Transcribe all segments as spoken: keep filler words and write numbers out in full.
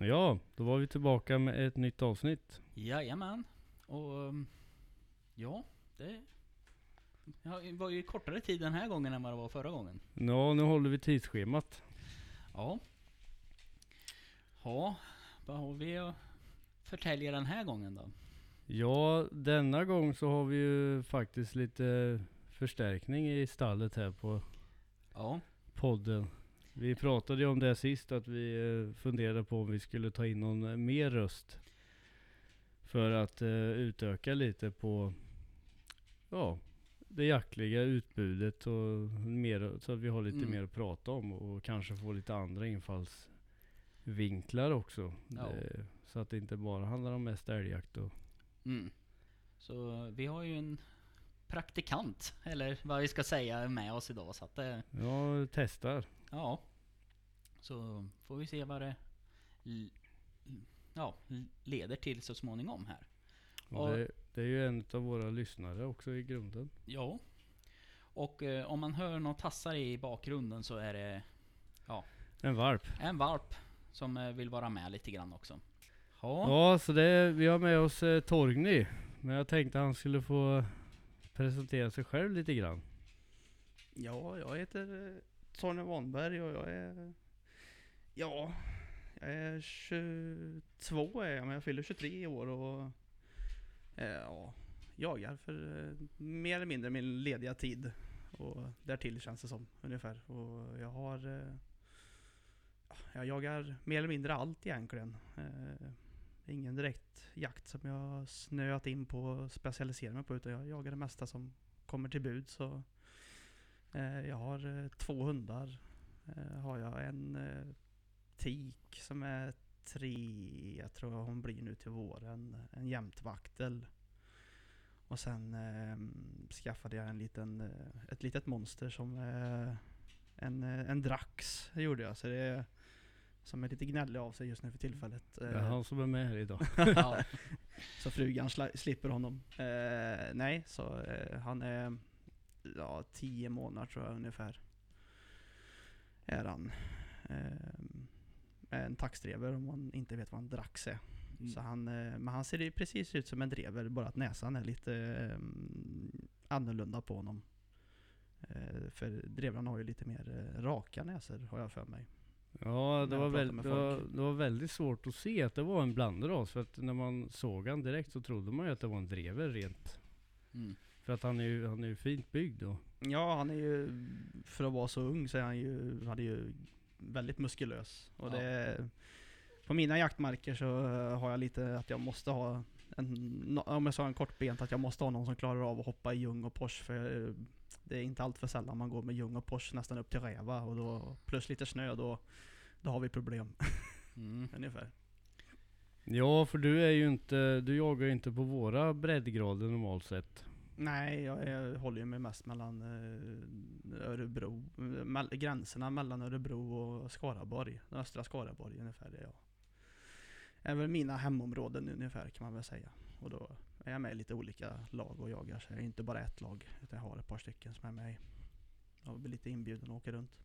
Ja, då var vi tillbaka med ett nytt avsnitt. Jajamän. Och um, ja, det ja, det var ju kortare tid den här gången än vad det var förra gången. Ja, nu håller vi tidsschemat. Ja. Ja, vad har vi att förtälja den här gången då? Ja, denna gång så har vi ju faktiskt lite förstärkning i stallet här på Ja. podden. Vi pratade ju om det sist, att vi eh, funderade på om vi skulle ta in någon eh, mer röst. För att eh, utöka lite på ja, det jaktliga utbudet och mer, så att vi har lite Mm. mer att prata om och kanske få lite andra infallsvinklar också. Ja. Det, så att det inte bara handlar om mest älgjakt. Och Mm. Så vi har ju en praktikant, eller vad vi ska säga, med oss idag. Så att det, ja, testar. ja. Så får vi se vad det l- ja, leder till så småningom här. Och Och- det, det är ju en av våra lyssnare också i grunden. Ja. Och eh, om man hör några tassar i bakgrunden så är det En varp. en valp som eh, vill vara med lite grann också. Ja. Ja, så det, vi har med oss eh, Torgny. Men jag tänkte han skulle få presentera sig själv lite grann. Ja, jag heter eh, Torgny Wanberg och jag är... Ja, jag är tjugotvå är jag, men jag fyller tjugotre i år och... Eh, ja, jagar för eh, mer eller mindre min lediga tid. Och därtill känns det som, ungefär. Och jag har... Eh, ja, jag jagar mer eller mindre allt egentligen. Eh, ingen direkt jakt som jag har snöat in på och specialiserat mig på, utan jag jagar det mesta som kommer till bud. Så eh, jag har eh, två hundar. Eh, har jag en eh, tik som är tre, jag tror hon blir nu till våren, en jämtvaktel. Och sen eh, skaffade jag en liten, eh, ett litet monster som eh, en, eh, en drax gjorde jag. Så det är som är lite gnällig av sig just nu för tillfället. Det är han som är med här idag. Ja. Så frugan sla- slipper honom. Eh, nej, så eh, han är ja, tio månader tror jag ungefär. Är han. Eh, en taxdrever om man inte vet vad en drax är. Mm. Så han, eh, men han ser ju precis ut som en drever, bara att näsan är lite eh, annorlunda på honom. Eh, för drevrarna har ju lite mer eh, raka näsor, har jag för mig. Ja, det När var, jag pratar väl, med det, var, folk. det var väldigt svårt att se att det var en blandras. För att när man såg han direkt så trodde man ju att det var en drever rent. Mm. För att han är ju, han är ju fint byggd då. Ja, han är ju, för att vara så ung så är han ju, han är ju väldigt muskulös. Och Ja. det, på mina jaktmarker så eh, har jag lite att jag måste ha en, no- om jag sa en kortbent, att jag måste ha någon som klarar av att hoppa i ljung och pors. För eh, det är inte allt för sällan man går med ljung och pors nästan upp till räva. Och då, plus lite snö, då, då har vi problem. Mm. Ungefär. Ja, för du är ju inte, du jagar ju inte på våra breddgrader normalt sett. Nej, jag, jag håller ju mig mest mellan eh, Örebro, mell, gränserna mellan Örebro och Skaraborg, den östra Skaraborg ungefär. Det är jag. Är väl mina hemområden ungefär, kan man väl säga. Och då är jag med i lite olika lag och jagar, så jag är inte bara ett lag, utan jag har ett par stycken som är med i. Jag blir lite inbjuden och åker runt.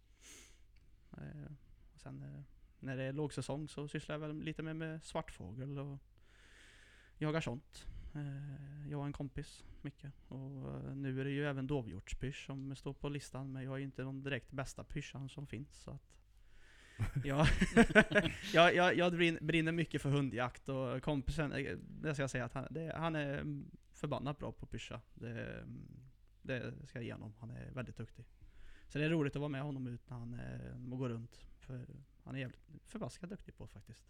Eh, och sen eh, när det är lågsäsong så sysslar jag väl lite med, med svartfågel och jagar sånt. Eh, jag och en kompis mycket. Och eh, nu är det ju även dovhjortspysch som står på listan, men jag är ju inte någon direkt bästa pyschan som finns, så att ja, jag, jag, jag brin- brinner mycket för hundjakt, och kompisen, eh, det ska jag säga att han, det, han är förbannat bra på pyscha. Det, det ska jag ge honom, han är väldigt duktig. Så det är roligt att vara med honom ut när han eh, går runt, för han är jävligt förbaskat duktig på faktiskt.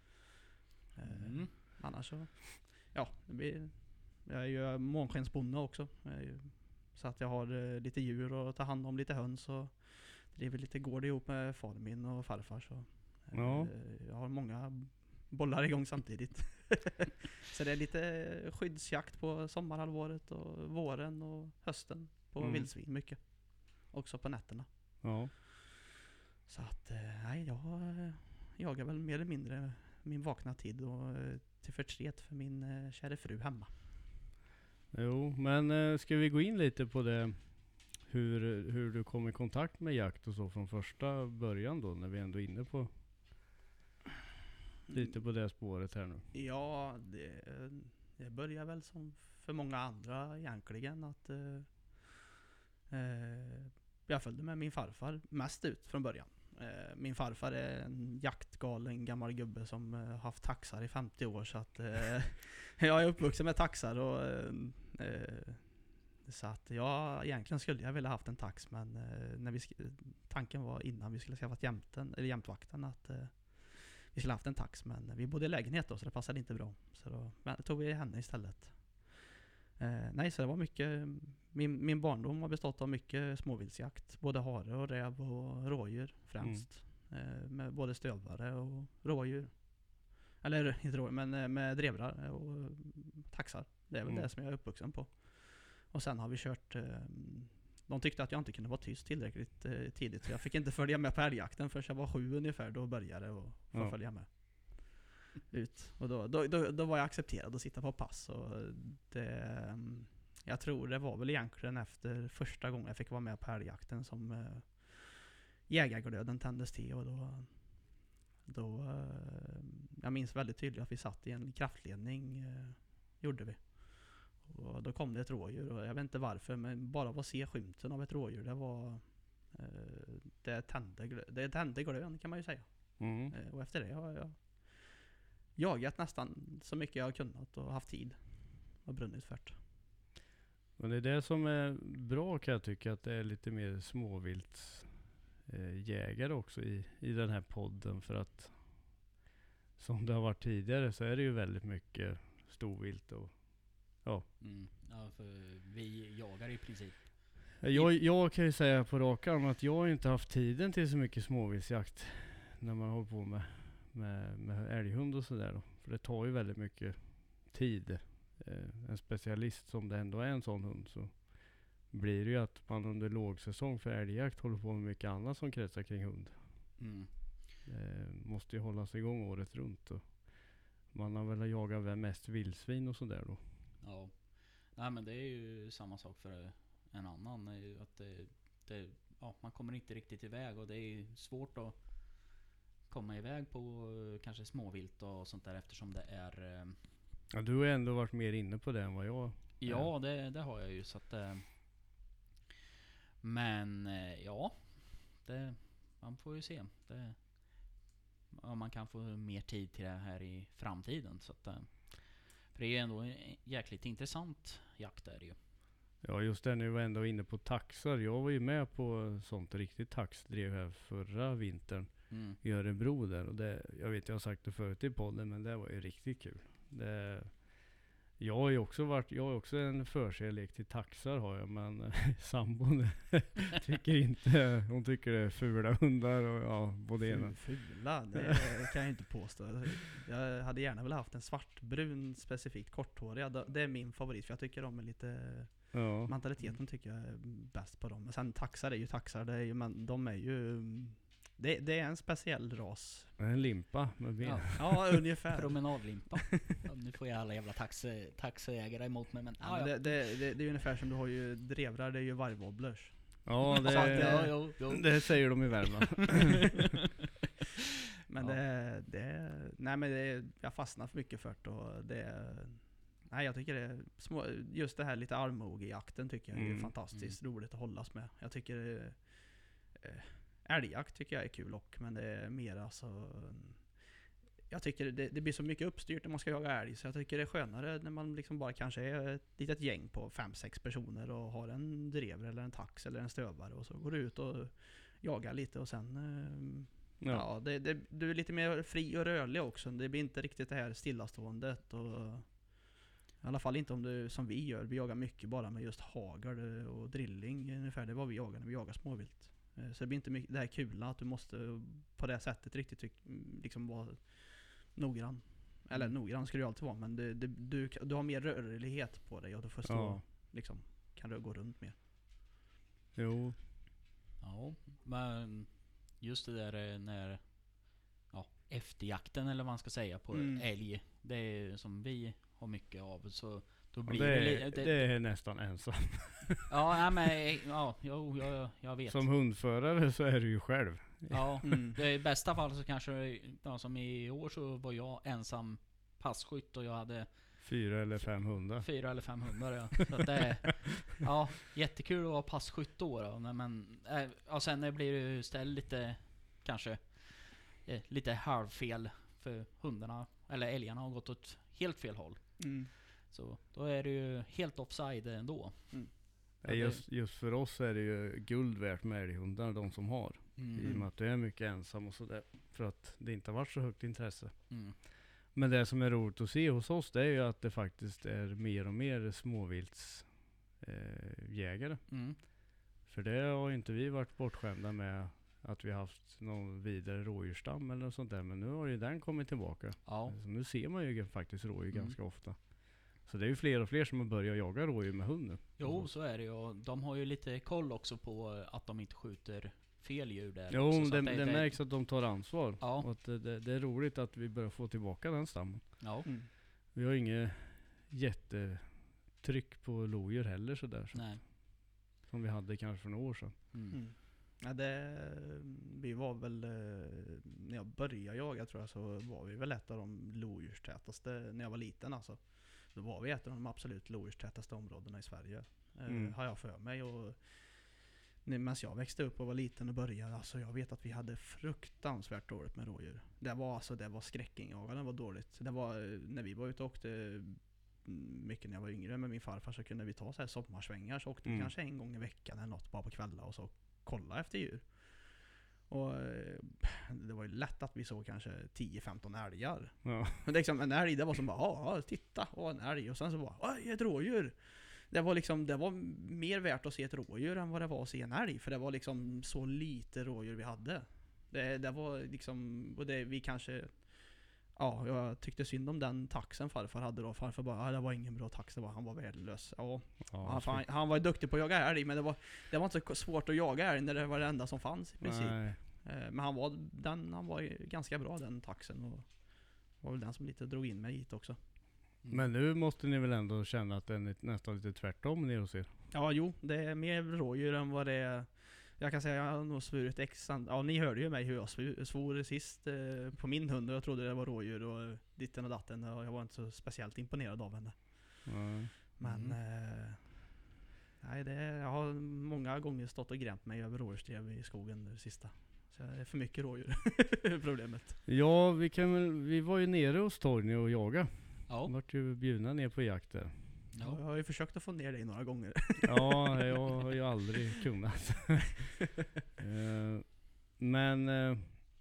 Eh, Mm. Annars så, ja, det blir, jag är ju månskensbonde också. Jag är ju, så att jag har eh, lite djur och ta hand om lite höns och driver lite gård ihop med far min och farfar. Så eh, Ja. jag har många bollar igång samtidigt. Så det är lite skyddsjakt på sommarhalvåret och våren och hösten på Mm. vildsvin mycket. Också på nätterna. Ja. Så att, eh, nej, jag eh, jagar väl mer eller mindre min vakna tid och eh, till förtret för min eh, kära fru hemma. Jo, men eh, ska vi gå in lite på det, hur, hur du kom i kontakt med jakt och så från första början då, när vi ändå är inne på lite på det spåret här nu? Ja, det, det börjar väl som för många andra egentligen att eh, eh, jag följde med min farfar mest ut från början. Eh, min farfar är en jaktgalen gammal gubbe som eh, haft taxar i femtio år, så att eh, jag är uppvuxen med taxar och eh, eh, så att jag egentligen skulle jag vilja haft en tax, men eh, när vi sk- tanken var innan vi skulle skaffat jämten, eller jämtvakten att eh, vi skulle haft en tax, men vi bodde i lägenhet då så det passade inte bra. Så då men, tog vi henne istället. Eh, nej, så det var mycket, min, min barndom har bestått av mycket småviltsjakt. Både hare och räv och rådjur främst. Mm. Eh, med både stövare och rådjur. Eller inte rådjur, men eh, med drevrar och taxar. Det är väl Mm. det som jag är uppvuxen på. Och sen har vi kört eh, de tyckte att jag inte kunde vara tyst tillräckligt eh, tidigt, så jag fick inte följa med på älgjakten förrän jag var sju ungefär. Då började jag och få Ja. följa med ut. Och då, då, då, då var jag accepterad att sitta på pass. Och det, jag tror det var väl egentligen efter första gången jag fick vara med på älgjakten som eh, jägarglöden tändes till. Och då, då eh, jag minns väldigt tydligt att vi satt i en kraftledning, eh, gjorde vi. Och då kom det ett rådjur och jag vet inte varför, men bara att se skymten av ett rådjur, det var eh, det tände, glö- det tände glön kan man ju säga. Mm. Eh, och efter det har jag jagat nästan så mycket jag har kunnat och haft tid och brunnit för det. Men det är det som är bra, kan jag tycka, att det är lite mer småvilt eh, jägare också i, i den här podden, för att som det har varit tidigare så är det ju väldigt mycket storvilt och ja. Mm. Ja, för vi jagar i princip. Jag, jag kan ju säga på rak arm att jag har inte haft tiden till så mycket småviltsjakt när man håller på med, med, med älghund och sådär då. För det tar ju väldigt mycket tid. Eh, en specialist som det ändå är en sån hund, så blir det ju att man under lågsäsong för älgjakt håller på med mycket annat som kretsar kring hund. Mm. Eh, måste ju hållas igång året runt. Och man har väl jagat väl mest vildsvin och sådär då. Ja. Nej, men det är ju samma sak för en annan. är ju Att det, det, ja, man kommer inte riktigt iväg och det är svårt att komma iväg på eh, kanske småvilt och sånt där, eftersom det är eh, Ja, du har ju ändå varit mer inne på det än vad jag. ja, det, det har jag ju, så att eh, men eh, ja, det, man får ju se det, om man kan få mer tid till det här i framtiden, så att eh, för det är ju ändå en jäkligt intressant jakt är det ju. Ja, just det, när vi var ändå inne på taxar. Jag var ju med på sånt riktigt taxdrev här förra vintern Mm. i Örebro där. Och det, jag vet, jag har sagt det förut i podden, men det var ju riktigt kul. Det, jag har ju också varit, jag har också en förkärlek till taxar har jag, men sambon tycker inte, hon tycker det är fula hundar och ja, både ena. Fula, det kan jag inte påstå. Jag hade gärna velat haft en svartbrun specifikt korthårig. Det är min favorit, för jag tycker de är lite, Ja. mentaliteten tycker jag är bäst på dem. Men sen taxar är ju taxar, det är ju, men de är ju, det, det är en speciell ras. En limpa med ben. Ja. Ja, ungefär. Promenadlimpa. Ja, nu får jag alla jävla taxi, taxiägare emot mig, men Ja, ah, men ja. det, det, det, det är ungefär som du har ju drevrar, det är ju vargwobblers. Ja, Så att det, Ja, jo, jo. det säger de i Värmland. Men Ja. det, det, nej men det, jag fastnar för mycket för det och det, nej jag tycker det är små, just det här lite armbågejakten tycker jag är Mm. fantastiskt roligt att hållas med. Jag tycker det, eh, älgjakt tycker jag är kul och, men det är mer alltså, jag tycker det, det blir så mycket uppstyrt när man ska jaga älg, så jag tycker det är skönare när man liksom bara kanske är ett litet gäng på fem sex personer och har en drever eller en tax eller en stövare och så går du ut och jagar lite och sen eh, Ja. ja, det, det, du är lite mer fri och rörlig också. Det blir inte riktigt det här stillaståendet och i alla fall inte om du, som vi gör, vi jagar mycket bara med just hagel och drilling ungefär, det var vi jagar när vi jagar småvilt. Eh, Så det blir inte mycket det här kula att du måste på det sättet riktigt tyck, liksom vara noggrann. Eller Mm. noggrann ska du alltid vara, men det, det, du, du har mer rörlighet på dig och du får stå, Ja. liksom, kan du gå runt mer. Jo. Ja, men just det där eh, när ja, efterjakten eller vad man ska säga på Mm. älg, det är som vi har mycket av, så då Ja, blir det, det, är, li- det, det är nästan ensam. ja, nej, men ja, jo, jag, jag vet. Som hundförare så är du ju själv. Ja, Mm. det är i bästa fall så kanske, ja, som i år så var jag ensam passkytt och jag hade Fyra eller fem hundar. fyra eller fem hundar. Ja. Så att det är, ja, jättekul att vara passkytt då. då. Nej, men, äh, och sen blir det ju istället lite, kanske, eh, lite halvfel för hundarna, eller älgarna har gått åt helt fel håll. Mm. Så då är det ju helt offside ändå. Mm. Ja, just, just för oss är det ju guld värt med älghundar, de som har. Mm. I och med att du är mycket ensam och sådär. För att det inte har varit så högt intresse. Mm. Men det som är roligt att se hos oss, det är ju att det faktiskt är mer och mer småviltsjägare. Eh, jägare. Mm. För det har ju inte vi varit bortskämda med, att vi har haft någon vidare rådjursstam eller något sånt där. Men nu har ju den kommit tillbaka. Ja. Så nu ser man ju faktiskt rådjur Mm. ganska ofta. Så det är ju fler och fler som har börjat jaga rådjur med hund nu. Jo, så är det ju. Och de har ju lite koll också på att de inte skjuter fel djur där. Jo, också, så det, att det märks att de tar ansvar. Ja. Och att det, det, det är roligt att vi börjar få tillbaka den stammen. Ja. Mm. Vi har inget jättetryck på lodjur heller sådär. Så, Nej. som vi hade kanske för några år sedan. Mm. Mm. Ja, det, vi var väl, eh, när jag började jaga tror jag, så var vi väl ett av de lodjurstätaste när jag var liten alltså. Då var vi ett av de absolut lodjurstätaste områdena i Sverige. Eh, Mm. har jag för mig. Och medan jag växte upp och var liten och började, alltså jag vet att vi hade fruktansvärt dåligt med rådjur. Det var alltså, det var skräckinjagande, det var dåligt. Det var, eh, när vi var ute och åkte mm, mycket när jag var yngre med min farfar, så kunde vi ta så här sommarsvängar, så åkte vi Mm. kanske en gång i veckan eller något bara på kvällar och så kolla efter djur. Och eh, det var ju lätt att vi såg kanske tio femton älgar. Ja. Men liksom en älg, det var som bara, ja titta, åh en älg. Och sen så bara, oj ett rådjur. Det var liksom, det var mer värt att se ett rådjur än vad det var att se en älg. För det var liksom så lite rådjur vi hade. Det, det var liksom, och det vi kanske, ja jag tyckte synd om den taxen farfar hade då. Farfar bara, ja, det var ingen bra tax, det var, han var värdelös. Ja, Ja, han, fan, han var ju duktig på att jaga älg, men det var, det var inte så svårt att jaga älg när det var det enda som fanns i princip. nej. Eh, Men han var, den, han var ju ganska bra den taxen, och var väl den som lite drog in mig hit också. Mm. Men nu måste ni väl ändå känna att den är nästan lite tvärtom ner hos er? Ja, jo, det är mer rådjur än vad det är. Jag kan säga jag har nog svurit x an- Ja, ni hörde ju mig hur jag svor, svor sist eh, på min hund, och jag trodde det var rådjur och ditten och datten, och jag var inte så speciellt imponerad av henne. Ja. Men Mm. eh, nej, det är, jag har många gånger stått och grämt mig över rådjursdrev i skogen det sista. Så det är för mycket rådjur, problemet. Ja, vi, kan väl, vi var ju nere hos Torgny och jaga. Ja. Vi vart ju bjudna ner på jakt där. Jag Ja. har ju försökt att få ner dig några gånger. Ja, jag har ju aldrig kunnat. Eh, Men eh,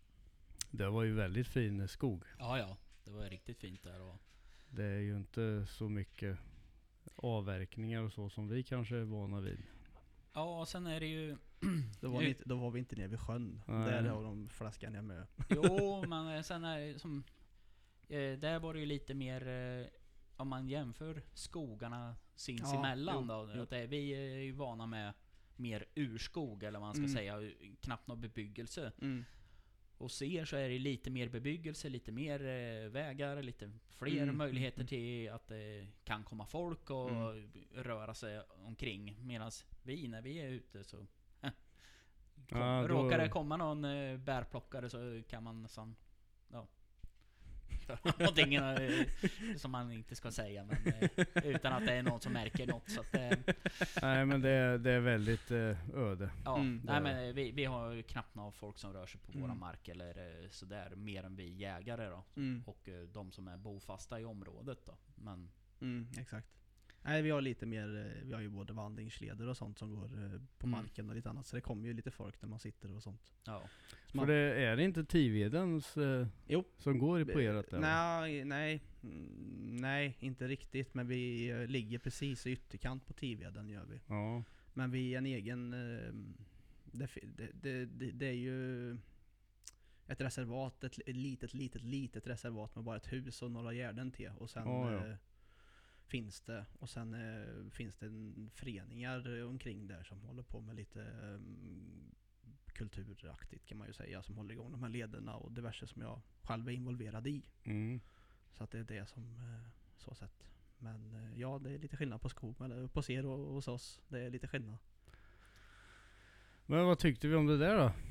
det var ju väldigt fin skog. Ja, ja. Det var riktigt fint där. Och Det är ju inte så mycket avverkningar och så som vi kanske är vana vid. ja, och sen är det ju... Då var, vi inte, då var vi inte nere vid sjön. Nej. Där har de flaskan jag med. Jo, men eh, sen är det som... Eh, där var det ju lite mer... Eh, om man jämför skogarna sinsemellan Ja, jo, då. jo. Att det, vi är ju vana med mer urskog, eller vad man ska Mm. säga. Knappt någon bebyggelse. Mm. Och ser så är det lite mer bebyggelse, lite mer eh, vägar, lite fler Mm, möjligheter mm. till att det kan komma folk och Mm. röra sig omkring. Medan vi, när vi är ute så... Eh, kom, Ja, då- råkar det komma någon eh, bärplockare så kan man nästan... Ja. göra någonting eh, som man inte ska säga, men eh, utan att det är någon som märker något. Så att, eh, Nej, men det, är- det är väldigt eh, öde. ja, Mm, nej, det- men eh, vi, vi har ju knappt några folk som rör sig på Mm. våra mark eller eh, sådär, mer än vi jägare då. Mm. Och eh, de som är bofasta i området då. Men Mm, exakt. Nej, vi har lite mer, eh, vi har ju både vandringsleder och sånt som går eh, på Mm. marken och lite annat. Så det kommer ju lite folk när man sitter och sånt. ja. För det är det inte Tivedens eh, Jo. som går på ert där? va? Nej, nej, mm, nej, inte riktigt. Men vi eh, ligger precis i ytterkant på Tiveden gör vi. Ja. Men vi är en egen, eh, det, fi- det, det, det, det är ju ett reservat, ett li- litet, litet, litet reservat med bara ett hus och några gärden till. Och sen Ja, ja. eh, finns det, och sen eh, finns det en föreningar eh, omkring där som håller på med lite um, kulturaktigt kan man ju säga, som håller igång de här lederna och diverse som jag själv är involverad i. Mm. Så att det är det som eh, så sett. Men eh, ja, det är lite skillnad på skog, eller på er och hos oss. Det är lite skillnad. Men vad tyckte vi om det där då?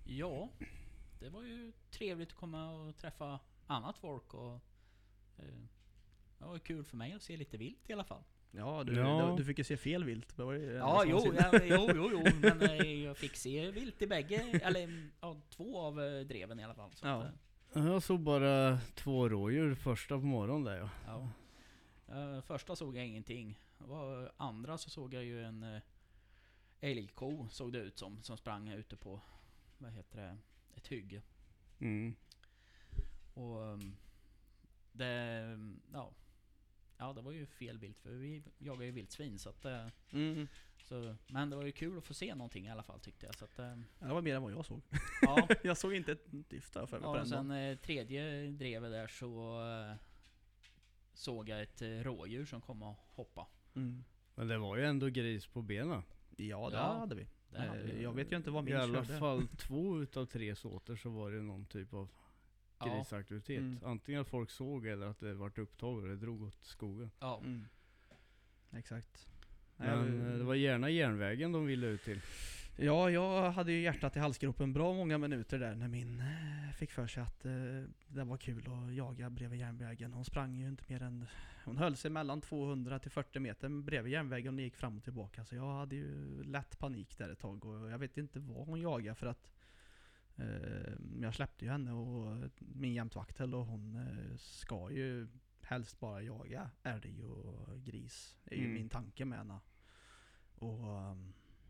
Ja, det var ju trevligt att komma och träffa annat folk och eh, det var kul för mig att se lite vilt i alla fall. Ja, du, Ja. du, du fick ju se fel vilt. Det var ju Ja, enda jo, som- ja, jo, jo, jo, men eh, jag fick se vilt i bägge, eller ja, två av eh, dreven i alla fall. Så Ja. att, eh, Jag såg bara två rådjur första på morgonen där ja. ja. Eh, första såg jag ingenting. Det var andra så såg jag ju en eh, älgko, såg det ut som, som sprang ute på, vad heter det, ett hygge. Mm. Och um, det, ja, ja, det var ju fel vilt för vi jagar ju vildsvin så att eh, Mm. så, men det var ju kul att få se någonting i alla fall tyckte jag så att eh, Ja, det var mer än vad jag såg. ja. Jag såg inte ett dyft där för mig Ja, på och den sen dagen. eh, tredje drevet där så eh, såg jag ett eh, rådjur som kom och hoppa. Mm. Men det var ju ändå gris på benen. Ja, det Ja, hade vi. Det hade Eh, vi. Jag vet ju inte vad I min alla körde. fall två utav tre såter så var det någon typ av Ja, grisaktivitet. Mm. Antingen att folk såg eller att det vart upptag och det drog åt skogen. ja. Mm. Exakt. Nej, Men jag- eh, det var gärna järnvägen de ville ut till. Ja, jag hade ju hjärtat i halsgropen bra många minuter där när min eh, fick för sig att eh, det var kul att jaga bredvid järnvägen. Hon sprang ju inte mer än... Hon höll sig mellan tvåhundra till fyrtio meter bredvid järnvägen och gick fram och tillbaka. Så jag hade ju lätt panik där ett tag och jag vet inte vad hon jagade för att eh, jag släppte ju henne och min jämtvaktel och hon eh, ska ju helst bara jaga älg och gris. Det är ju Mm. min tanke med henne. Och... ehm,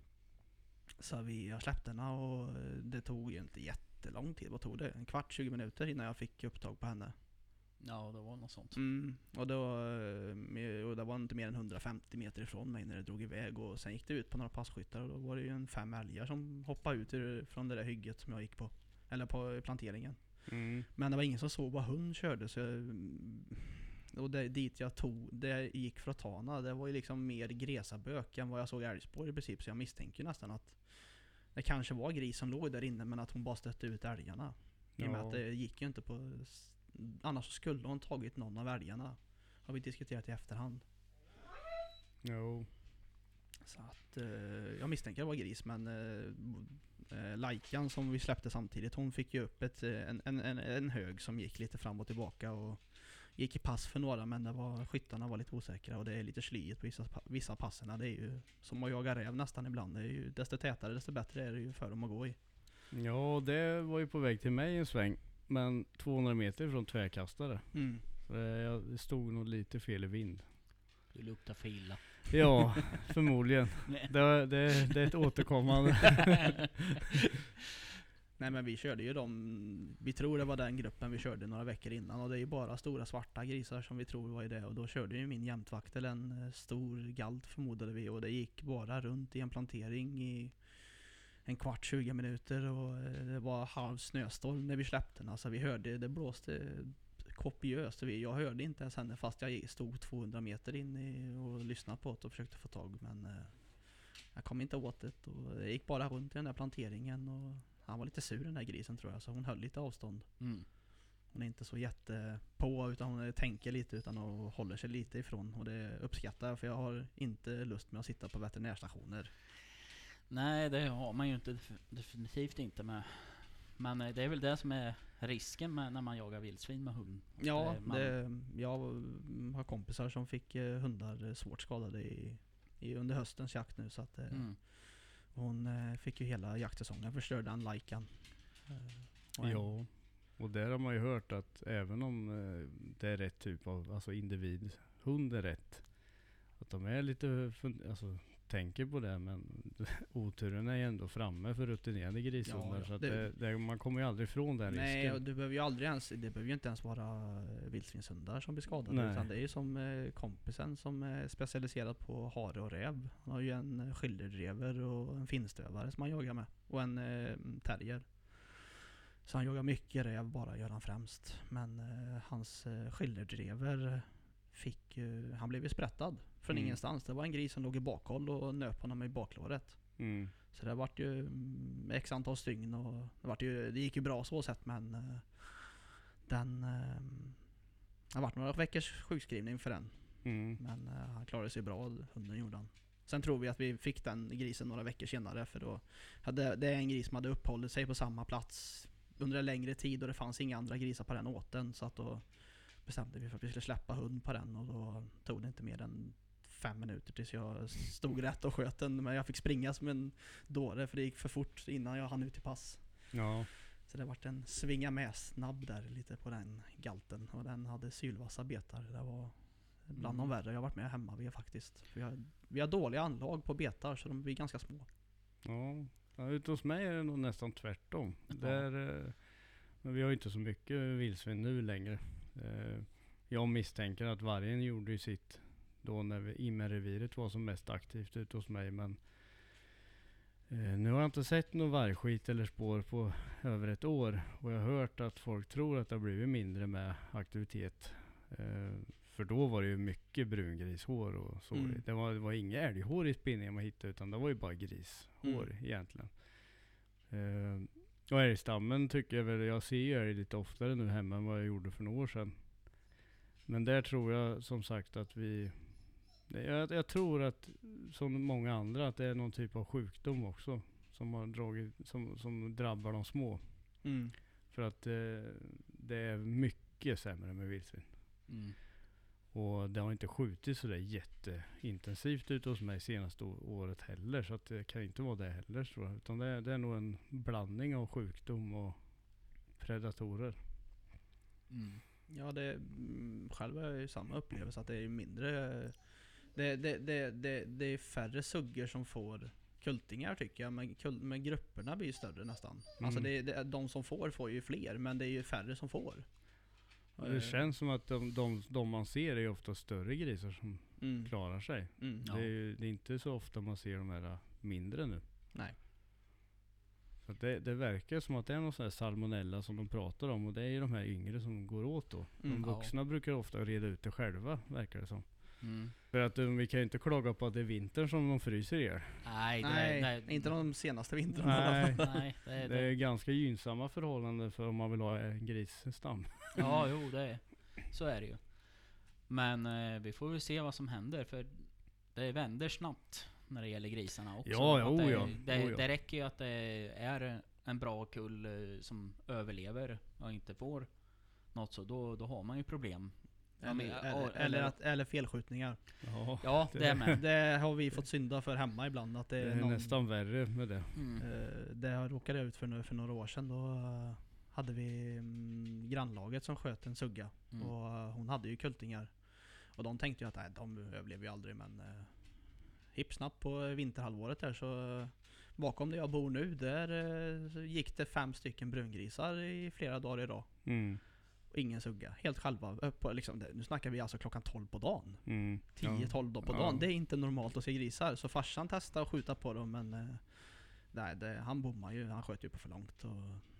så vi, jag släppte henne och det tog ju inte jättelång tid. Vad tog det? En kvart, tjugo minuter innan jag fick upptag på henne. Ja, det var något sånt. Mm. Och, då, eh, och det var inte mer än hundrafemtio meter ifrån mig när det drog iväg. Och sen gick det ut på några passkyttar och då var det ju en fem älgar som hoppade ut ur, från det där hygget som jag gick på. Eller på planteringen. Mm. Men det var ingen som såg vad hund körde så jag, och det, dit jag tog, det jag gick för att ta henne, det var ju liksom mer gresabök än vad jag såg älgspår i princip. Så jag misstänker nästan att det kanske var gris som låg där inne men att hon bara stötte ut älgarna. I och med Ja. att det gick ju inte på... Annars skulle hon tagit någon av älgarna. Har vi diskuterat i efterhand. Jo. Så att eh, jag misstänker det var gris men eh, eh, Laikan som vi släppte samtidigt, hon fick ju upp ett, eh, en, en, en, en hög som gick lite fram och tillbaka och gick i pass för några men det var, skyttarna var lite osäkra och det är lite slyigt på vissa, vissa passerna. Det är ju som att jaga räv nästan ibland. Det är ju, desto tätare desto bättre är det ju för dem att gå i. Ja, det var ju på väg till mig en sväng. Men tvåhundra meter från tvärkastare. Mm. Så det, jag- det stod nog lite fel i vind. Du luktar för illa. Ja, förmodligen. Det, det, det är ett återkommande. Nej men vi körde ju dem, vi tror det var den gruppen vi körde några veckor innan och det är ju bara stora svarta grisar som vi tror var i det och då körde ju min jämtvaktel en eh, stor galt förmodade vi och det gick bara runt i en plantering i en kvart, tjugo minuter och eh, det var halv snöstorm när vi släppte den. Alltså vi hörde, det blåste kopiöst. Vi- Jag hörde inte ens henne fast jag stod tvåhundra meter in i, och lyssnade på det och försökte få tag men eh, jag kom inte åt det och det gick bara runt i den där planteringen och han var lite sur den där grisen tror jag så hon höll lite avstånd. Mm. Hon är inte så jätte på utan hon tänker lite utan och håller sig lite ifrån och det uppskattar jag för jag har inte lust med att sitta på veterinärstationer. Nej, det har man ju inte def- definitivt inte med. Men eh, det är väl det som är risken med när man jagar vildsvin med hund. Ja, Eh, man- det, jag har kompisar som fick eh, hundar svårt skadade i, i under höstens jakt nu så att eh, Mm. hon eh, fick ju hela jaktsäsongen förstörde han Laikan. Eh, och en- Ja. Och där har man ju hört att även om eh, det är rätt typ av alltså individ, hund är rätt. Att de är lite, fun- alltså tänker på det men oturen är ju ändå framme för rutinerade grishundar Ja, ja. så att Det- det, det, man kommer ju aldrig ifrån den Nej, risken. och du behöver ju aldrig ens, det behöver ju inte ens vara eh, vildsvinshundar som blir skadade. Nej. Utan det är ju som eh, kompisen som är specialiserad på hare och räv. Han har ju en eh, schilderdrever och en finstövare som han jagar med. Och en eh, terrier. Så han jagar mycket räv bara, gör han främst. Men eh, hans eh, schilderdrever fick ju, han blev ju sprättad från Mm. ingenstans. Det var en gris som låg i bakhåll och nöp honom i baklåret. Mm. Så det vart ju mm, x antal stygn och det, vart ju, det gick ju bra så sett men eh, den eh, det vart några veckors sjukskrivning för den. Mm. Men eh, han klarade sig bra, hunden gjorde han. Sen tror vi att vi fick den grisen några veckor senare, för då hade, det är en gris som hade uppehållit sig på samma plats under en längre tid och det fanns inga andra grisar på den åten, så att då bestämde vi för att vi skulle släppa hund på den, och då tog det inte mer än fem minuter tills jag stod rätt och sköt den, men jag fick springa som en dåre för det gick för fort innan jag hann ut i pass. Ja. Så det vart en svinga med snabb där lite på den galten, och den hade sylvassa betar. Det var bland Mm. de värre jag varit med hemma vid faktiskt. Vi har, vi har dåliga anlag på betar så de blir ganska små. Ja. Ja, ute hos mig är det nog nästan tvärtom. Ja. Där, eh, men vi har ju inte så mycket vildsvin nu längre. Eh, jag misstänker att vargen gjorde ju sitt då när vi, Immer-reviret var som mest aktivt ute hos mig, men eh, nu har jag inte sett någon vargskit eller spår på över ett år, och jag har hört att folk tror att det har blivit mindre med aktivitet. Eh, för då var det ju mycket brungrishår och så. Mm. Det var, det var inga älghår i spinningen man hittade, utan det var ju bara grishår Mm. egentligen. Eh, och älgstammen tycker jag väl, jag ser ju älg lite oftare nu hemma än vad jag gjorde för några år sedan. Men där tror jag som sagt att vi, jag, jag tror att som många andra att det är någon typ av sjukdom också som har dragit, som, som drabbar de små. Mm. För att eh, det är mycket sämre med vildsvin. Mm. Och det har inte skjutit så där jätteintensivt ute hos mig senaste å- året heller. Så att det kan inte vara det heller, tror jag. Utan det är, det är nog en blandning av sjukdom och predatorer. Mm. Ja, det, mm, själv är ju samma upplevelse att det är mindre, det, det, det, det, det är färre suggor som får kultingar tycker jag, men, kul, men grupperna blir ju större nästan. Mm. Alltså det, det, de som får får ju fler, men det är ju färre som får. Det känns som att de, de, de man ser är ofta större grisar som Mm. klarar sig. Mm. Ja. Det, är ju, det är inte så ofta man ser de här mindre nu. Nej. Så att det, det verkar som att det är någon sån här salmonella som de pratar om, och det är ju de här yngre som går åt då. Mm. De vuxna brukar ofta reda ut det själva, verkar det som. Mm. För att um, vi kan ju inte klaga på att det är vintern som de fryser ihjäl. Nej, det, Nej, nej, inte de senaste vintrarna i alla Nej. fall. Nej, det, det, Det är ganska gynnsamma förhållanden för om man vill ha en grisstam. Ja, jo, det är, så är det ju. Men eh, vi får väl se vad som händer, för det vänder snabbt när det gäller grisarna också. Ja, Att oh det, ja, Det, oh ja. det räcker ju att det är en bra kull eh, som överlever och inte får något, så då, då har man ju problem. Ja, men, Eller, ja, eller, eller, att, eller felskjutningar. Ja, Ja, det, är med. Det har vi fått synda för hemma ibland. Att det, det är är någon, nästan värre med det. Mm. eh, det har råkat ut för, nu, för några år sedan. Då eh, hade vi mm, grannlaget som sköt en sugga. Mm. Och eh, hon hade ju kultingar. Och de tänkte ju att nej, de överlever ju aldrig, men eh, hipp snabbt på vinterhalvåret där så eh, bakom där jag bor nu, där eh, gick det fem stycken brungrisar i flera dagar i rad. Mm. Och ingen sugga, helt själva. Upp på, liksom, det, nu snackar vi alltså klockan tolv på dagen. Mm. tio tolv dagar på Ja. dagen. Det är inte normalt att se grisar. Så farsan testade att skjuta på dem, men eh, nej, det, han bommar ju. Han sköt ju på för långt. Och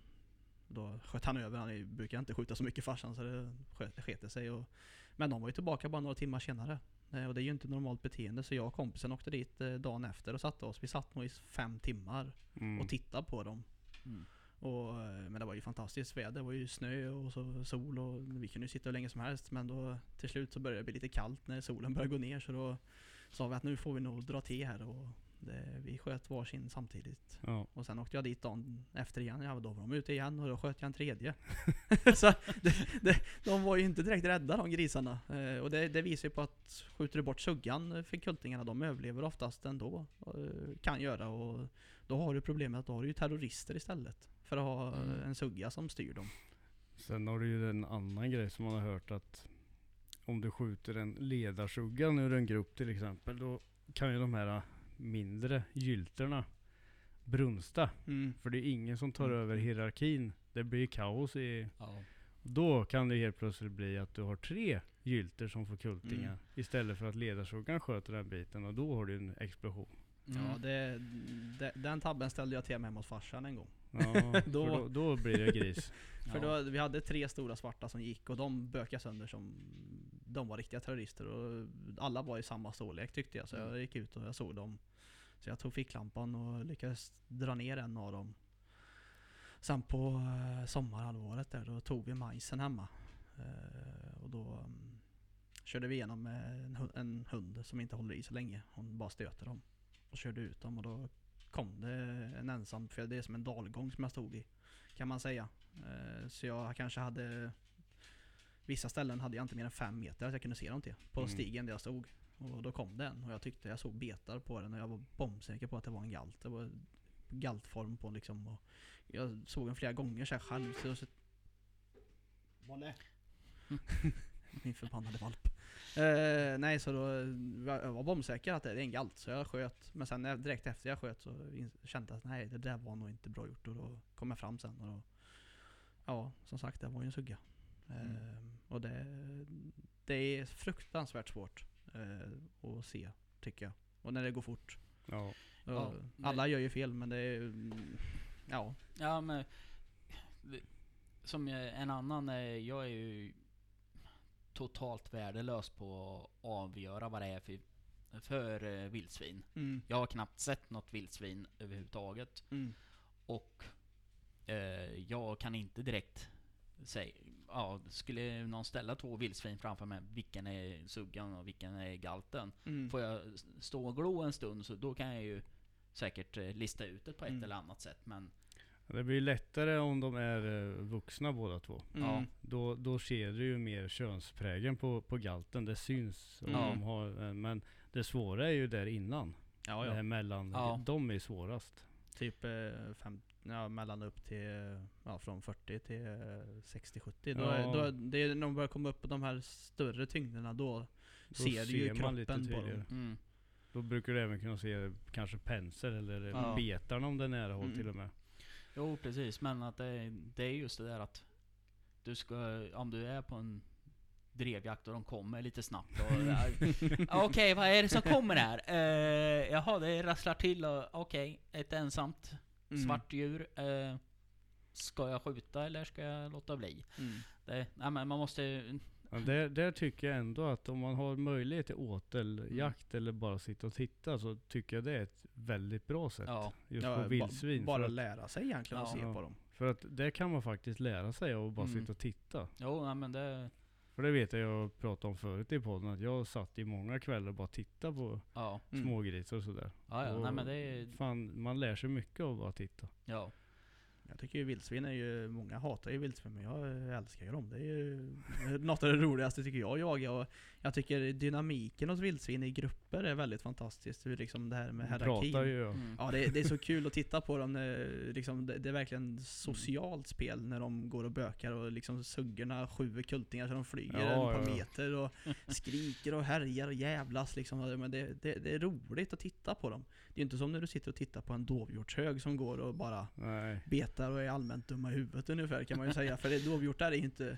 då sköt han över. Han brukar inte skjuta så mycket farsan, så det sköt, sket sig. Och, men de var ju tillbaka bara några timmar senare. Eh, och det är ju inte normalt beteende. Så jag och kompisen åkte dit eh, dagen efter och satte oss. Vi satt nog i fem timmar Mm. och tittade på dem. Mm. Och, eh, men det var ju fantastiskt väder. Det var ju snö och så sol, och vi kunde ju sitta hur länge som helst. Men då till slut så började det bli lite kallt när solen började gå ner. Så då sa vi att nu får vi nog dra till här. Och det, vi sköt varsin samtidigt. Ja. Och sen åkte jag dit dagen efter igen. Ja, då var de ute igen och då sköt jag en tredje. Så det, det, de var ju inte direkt rädda, de grisarna. Eh, och det, det visar ju på att skjuter du bort suggan för kultingarna, de överlever oftast ändå. Eh, kan göra. Och då har du problemet att då har du ju terrorister istället. För att ha Mm. en sugga som styr dem. Sen har du ju en annan grej som man har hört, att om du skjuter en ledarsugga ur en grupp till exempel, då kan ju de här mindre gylterna brunsta. Mm. För det är ingen som tar Mm. över hierarkin. Det blir kaos i... Ja. Då kan det helt plötsligt bli att du har tre gylter som får kultingar. Mm. Istället för att ledarsuggan sköter den biten, och då har du en explosion. Mm. Ja, det, det, den tabben ställde jag till mig hos farsan en gång. Ja, Då- då, då, då blir det gris. För Ja. då, vi hade tre stora svarta som gick och de bökade sönder som de var riktiga terrorister, och alla var i samma storlek tyckte jag, så jag gick ut och jag såg dem. Så jag tog ficklampan och lyckades dra ner en av dem. Sen på eh, sommarhalvåret där, då tog vi majsen hemma. Eh, och då mm, körde vi igenom en, hu- en hund som inte håller i så länge. Hon bara stöter dem. Och körde ut dem och då kom det en ensam, för det är som en dalgång som jag stod i, kan man säga. Eh, så jag kanske hade, vissa ställen hade jag inte mer än fem meter att jag kunde se dem till. På Mm. stigen där jag stod. Och då kom den och jag tyckte jag såg betar på den och jag var bombsäker på att det var en galt. Det var galtform på liksom. Och jag såg den flera gånger så här själv. Så, så vad är min förbannade valp. Eh, nej, så då jag var bombsäker att det är en galt, så jag sköt. Men sen när- direkt efter jag sköt så in- kände jag att nej, det där var nog inte bra gjort. Och då kom jag fram sen och då, ja, som sagt, det var ju en sugga. Eh, Mm. Och det, det är fruktansvärt svårt eh, att se, tycker jag. Och när det går fort. Ja. Och Ja, det- alla gör ju fel, men det är mm, ja. Ja, men det- som jag, en annan, eh, jag är ju totalt värdelös på att avgöra vad det är för, för eh, vildsvin. Mm, Jag har knappt sett något vildsvin överhuvudtaget. mm, Och eh, jag kan inte direkt säga, ja, skulle någon ställa två vildsvin framför mig, vilken är suggan och vilken är galten? mm. Får jag s- stå och glo en stund, så då kan jag ju säkert eh, lista ut det på ett Mm. eller annat sätt. Men Det blir lättare om de är eh, vuxna båda två. Mm. Ja. Då, då ser du ju mer könsprägen på, på galten. Det syns om Ja. de har, eh, men det svåra är ju där innan. Ja, Det här ja. mellan, Ja. de är svårast. Typ eh, fem, ja, mellan upp till, ja, från fyrtio till eh, sextio sjuttio. Då, Ja. är- då, är- det är när de börjar komma upp på de här större tyngderna, då, Då ser du ju man lite kroppen på tydligare. dem. mm, Då brukar du även kunna se kanske pensel eller Ja. betarna om det är nära håll Mm. till och med. jo precis, men att det, det är just det där att du ska, om du är på en drevjakt och de kommer lite snabbt och ja, okej, vad är det som kommer här? Uh, jaha, det rasslar till och okej, ett ensamt Mm. svart djur. Eh, ska jag skjuta eller ska jag låta bli? Mm. Det, nej, men man måste... Ja, där, där tycker jag ändå att om man har möjlighet till åteljakt Mm. eller bara sitta och titta, så tycker jag det är ett väldigt bra sätt. Ja, Just Ja, på ba- vildsvin. Bara för, att, lära sig egentligen att Ja. se Ja. på dem. för att det kan man faktiskt lära sig av att bara Mm. sitta och titta. jo, nej, men det... För det vet jag jag pratade om förut i podden, att jag satt i många kvällar och bara tittade på Ja, Mm. smågrisar och sådär. ja, ja Och nej, men det är... Fan, man lär sig mycket av att bara titta. Ja, Jag tycker ju vildsvin är ju, många hatar ju vildsvin, men jag älskar ju dem. Det är ju något av det roligaste tycker jag att jaga. Och jag tycker dynamiken hos vildsvin i grupper är väldigt fantastiskt. Hur liksom det här med Man hierarkin. pratar ju. Ja. mm. Ja, det är, det är så kul att titta på dem. När, liksom, det, det är verkligen socialt spel när de går och bökar och liksom suggorna sjuver kultingar så de flyger Ja, en par ja. meter och skriker och härjar och jävlas. Liksom. Men det, det, det är roligt att titta på dem. Det är ju inte som när du sitter och tittar på en dovhjortshög som går och bara Nej. betar och är allmänt dumma i huvudet ungefär, kan man ju säga. För det, dovhjortar är ju inte,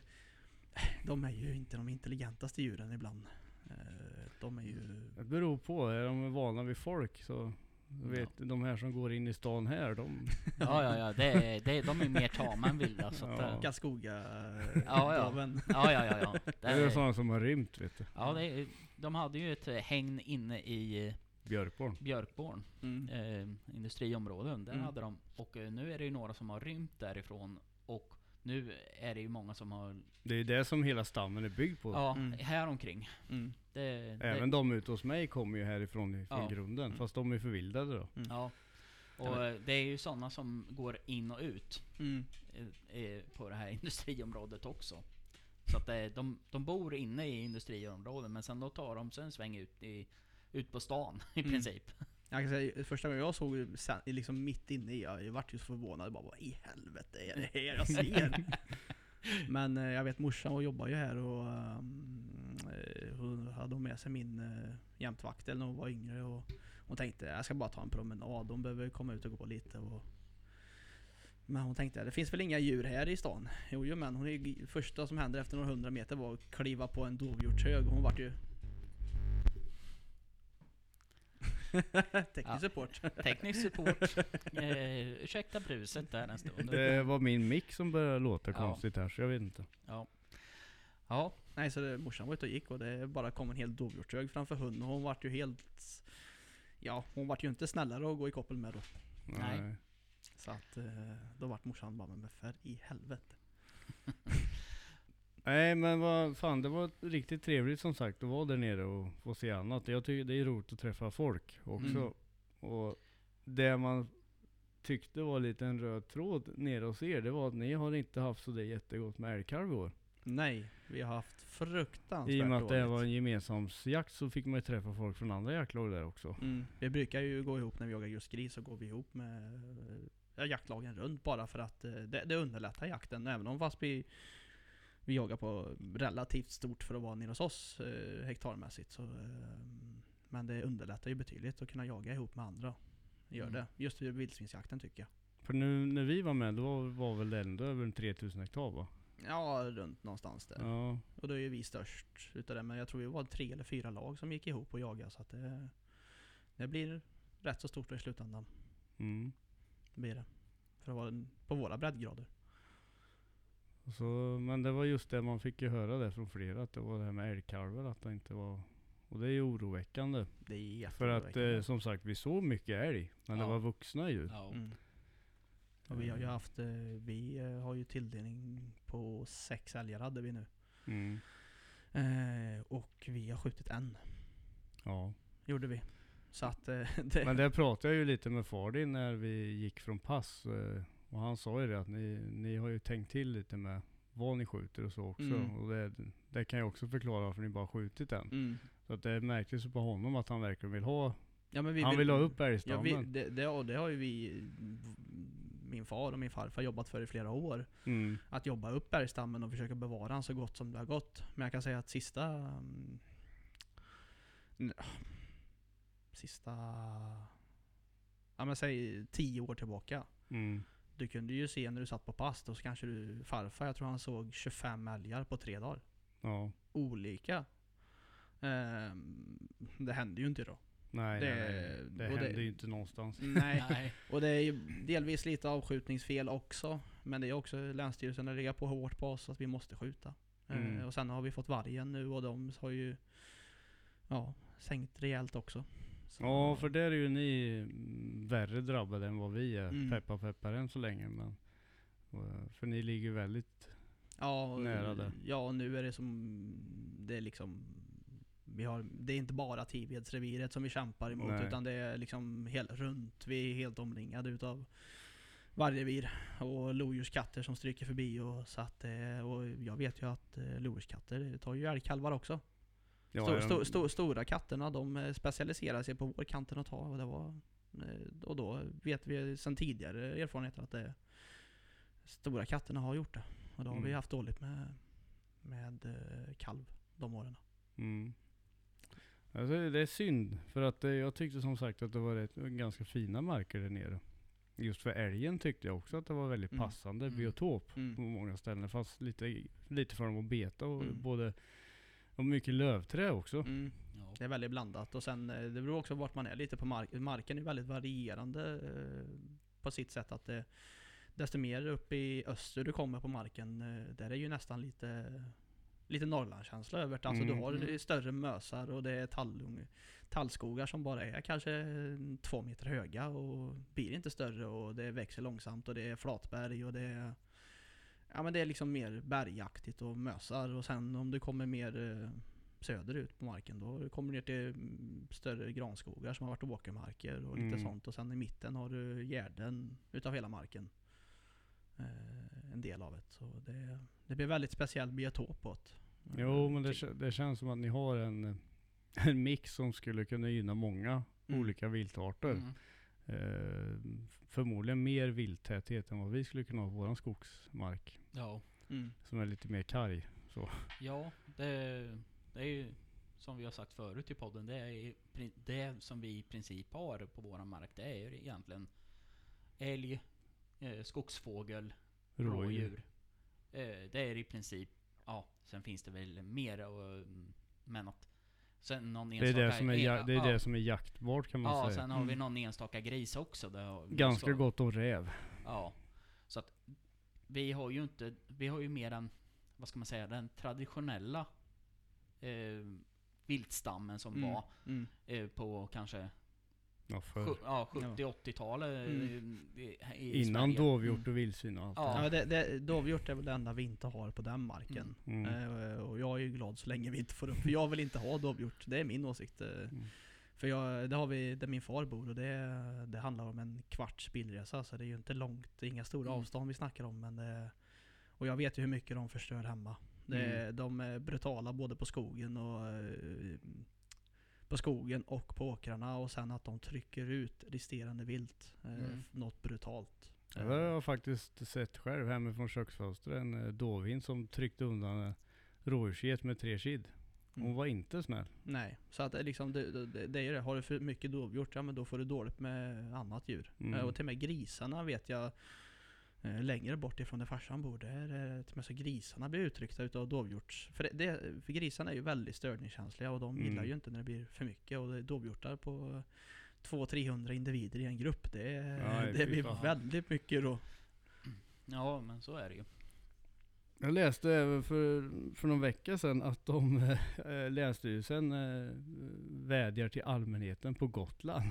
de är ju inte de intelligentaste djuren ibland. Eh, De är ju... Det beror på, är de vana vid folk så vet de här som går in i stan här, de... ja, ja, ja, det är, det är, de är mer tama än vilda. Så att, Ja. ja. Karlskoga Ja, ja. doven. Ja, ja, ja, ja. Det är sådana som har rymt, vet du. Ja, det är, de hade ju ett eh, hägn inne i eh, Björkborn. Björkborn, Mm. eh, industriområden. Där Mm. hade de, och eh, nu är det ju några som har rymt därifrån. Och nu är det ju många som har, Det är det som hela stammen är byggd på. ja, Mm. här omkring. Mm. Det, Även det, de ute hos mig kommer ju härifrån från Ja. grunden, Mm. fast de är förvildade då. Mm. ja. Och eh, det är ju sådana som går in och ut Mm. eh, eh, på det här industriområdet också. Så att eh, de, de bor inne i industriområden, men sen då tar de sig en sväng ut, i, ut på stan i Mm. princip. Jag kan säga, första gången jag såg sen, liksom mitt inne i, jag vart ju så förvånad. Bara, vad i helvete är det här jag ser? Men eh, jag vet, morsan och jobbar ju här och um, eh, hon hade med sig min uh, jämtvakt eller när hon var yngre. Och hon tänkte, jag ska bara ta en promenad. De behöver komma ut och gå lite. Och men hon tänkte, det finns väl inga djur här i stan? Jo, jo men hon är, första som hände efter några hundra meter var att kliva på en dovhjortshög. Hon vart ju teknisk Ja. support. Teknisk support. Eh, ursäkta bruset där en stund. Det var min mick som började låta Ja. konstigt här, så jag vet inte. Ja. Ja. Nej, så det, morsan var ute och gick och det bara kom en hel dovhjortshög framför hunden och hon vart ju helt... Ja, hon vart ju inte snällare att gå i koppel med då. Nej. Så att eh, då vart morsan bara, men för i helvete. Nej men vad fan, det var riktigt trevligt som sagt att vara där nere och få se annat. Jag tycker det är roligt att träffa folk också. Mm. Och det man tyckte var lite en röd tråd nere hos er, det var att ni har inte haft så det jättegott med älgkalv i år. Nej, vi har haft fruktansvärt I och med att det dåligt. var en gemensamsjakt så fick man ju träffa folk från andra jaktlag där också. Mm. Vi brukar ju gå ihop när vi jagar just gris, så går vi ihop med eh, jaktlagen runt bara för att eh, det, det underlättar jakten. Även om fast vi, vi jagar på relativt stort för att vara nere hos oss eh, hektarmässigt. Så, eh, men det underlättar ju betydligt att kunna jaga ihop med andra. Gör Mm. det. Just i vildsvinsjakten tycker jag. För nu när vi var med, då var, var väl det ändå över en tre tusen hektar va? Ja, runt någonstans där. Ja. Och då är ju vi störst utav det. Men jag tror vi var tre eller fyra lag som gick ihop och jagade. Så att det, det blir rätt så stort i slutändan. Mm. Det blir det. För att vara på våra breddgrader. Så, men det var just det man fick ju höra det från flera, att det var det här med älgkalvar, att det inte var... Och det är ju oroväckande. Det är För att jätteoroväckande. eh, som sagt, vi såg mycket älg, men Ja. det var vuxna djur. Ja. Mm. Och vi har ju haft, eh, vi eh, har ju tilldelning på sex älgar hade vi nu. Mm. Eh, och vi har skjutit en, Ja. gjorde vi. Så att eh, det... Men det pratade jag ju lite med far din när vi gick från pass. eh, Och han sa ju det att ni, ni har ju tänkt till lite med vad ni skjuter och så också. Mm. Och det, det kan jag också förklara varför ni bara skjutit den. Mm. Så att det märktes ju på honom att han verkligen vill ha, Ja, men vi han vill ha upp Ja, älgstammen. vi, det, det, och det har ju vi, min far och min farfar jobbat för i flera år. Mm. Att jobba upp älgstammen och försöka bevara den så gott som det har gått. Men jag kan säga att sista... mm, n- sista... Ja men säg tio år tillbaka. Mm. Du kunde ju se när du satt på pass, då så kanske du, farfar, jag tror han såg tjugofem älgar på tre dagar. Ja. Olika. Ehm, det hände ju inte då. Nej, Det- nej, nej. Det och det- händer ju inte någonstans. Nej. Nej. Och det är ju delvis lite avskjutningsfel också. Men det är också Länsstyrelsen har legat på hårt på oss att vi måste skjuta. Mm. Eh, och sen har vi fått vargen nu och de har ju ja, sänkt rejält också. Så, Ja, för där är ju ni mm, värre drabbade än vad vi är. Mm. Peppa peppar än så länge. Men, och, för ni ligger väldigt... ja, och- nära det. Ja, och nu är det som det är liksom vi har, det är inte bara Tivedsreviret som vi kämpar emot, Nej. utan det är liksom helt runt. Vi är helt omringade utav vargrevir och lodjurskatter som stryker förbi. Och, så att, eh, och jag vet ju att eh, lodjurskatter tar ju älgkalvar också. Ja, Sto, ja, sto, sto, stora katterna, de eh, specialiserar sig på vår kanten att ta. Och, det var, eh, och då vet vi sedan tidigare erfarenheter att det, stora katterna har gjort det. Och då har Mm. vi haft dåligt med, med eh, kalv de åren. Mm. Alltså, det är synd, för att eh, jag tyckte som sagt att det var rätt, ganska fina marker där nere. Just för älgen tyckte jag också att det var väldigt Mm. passande Mm. biotop på Mm. många ställen. Fast lite, lite för dem att beta och Mm. både och mycket lövträ också. Mm. Ja. Det är väldigt blandat. Och sen eh, det beror också på vart man är lite på mark. Marken är väldigt varierande eh, på sitt sätt. Att det, desto mer upp i öster du kommer på marken, eh, där är ju nästan lite lite Norrlandskänsla över det. Alltså Mm. du har Mm. större mösar och det är tallung, tallskogar som bara är kanske eh, två meter höga och blir inte större, och det växer långsamt och det är flatberg och det är ja men det är liksom mer bergaktigt och mösar. Och sen om du kommer mer eh, söderut på marken, då kommer du ner till mm, större granskogar som har varit åkermarker och lite Mm. sånt. Och sen i mitten har du gärden utav hela marken. Eh, en del av det. Så det, det blir väldigt speciell biotop på det. Jo, men det, Tycker- kä- det känns som att ni har en, en mix som skulle kunna gynna många Mm. olika viltarter. Mm. Eh, förmodligen mer vilttäthet än vad vi skulle kunna ha på våran skogsmark. Ja. Mm. Som är lite mer karg. Så. Ja, det, det är ju som vi har sagt förut i podden, det är i prin- det som vi i princip har på våran mark, det är ju egentligen älg, eh, skogsfågel, Rådjur. rådjur. Eh, det är i princip, ja, sen finns det väl mer och, mm, men att sen någon Det är det som är, en- ja, det, är ja, det som är jaktbart kan man ja, säga. sen har vi Mm. någon enstaka gris också. Det har, Ganska så- gott om räv. Ja, så att vi har ju inte, vi har ju mer den, vad ska man säga, den traditionella eh, viltstammen som Mm. var Mm. eh, på kanske Ja, för. Sju- ja, sjuttio-åttiotalet. Mm. i, i Innan Sverige. dovhjort och vildsvin och allt. Ja. Ja, det, det, dovhjort är väl det enda vi inte har på den marken. Mm. Eh, och jag är ju glad så länge vi inte får upp, för jag vill inte ha dovhjort. Det är min åsikt. eh. Mm. För jag, det har vi, där min far bor, och det, det handlar om en kvarts bilresa, så det är ju inte långt, det är inga stora Mm. avstånd vi snackar om. Men det, och jag vet ju hur mycket de förstör hemma. Det, Mm. De är brutala både på skogen och eh, på skogen och på åkrarna, och sen att de trycker ut resterande vilt. Eh, Mm. Något brutalt. Ja, det har jag faktiskt sett själv hemifrån köksfönstret. En eh, dovhind som tryckte undan en rådjursget med tre kid. Hon Mm. var inte snäll. Nej, så att det, liksom, det, det, det är ju det. Har du för mycket dovhjort, ja men då får du dåligt med annat djur. Mm. Eh, Och till och med grisarna vet jag, eh, längre bort ifrån där farsan bor, där är till och med så grisarna blir uttryckta utav dovhjorts. För, det, det, för grisarna är ju väldigt störningskänsliga, och de Mm. gillar ju inte när det blir för mycket. Och det är dovhjortar på två till trehundra individer i en grupp, det, Nej, det fy blir fan. väldigt mycket då. Ja, men så är det ju. Jag läste även för, för någon vecka sedan att de, äh, Länsstyrelsen äh, vädjar till allmänheten på Gotland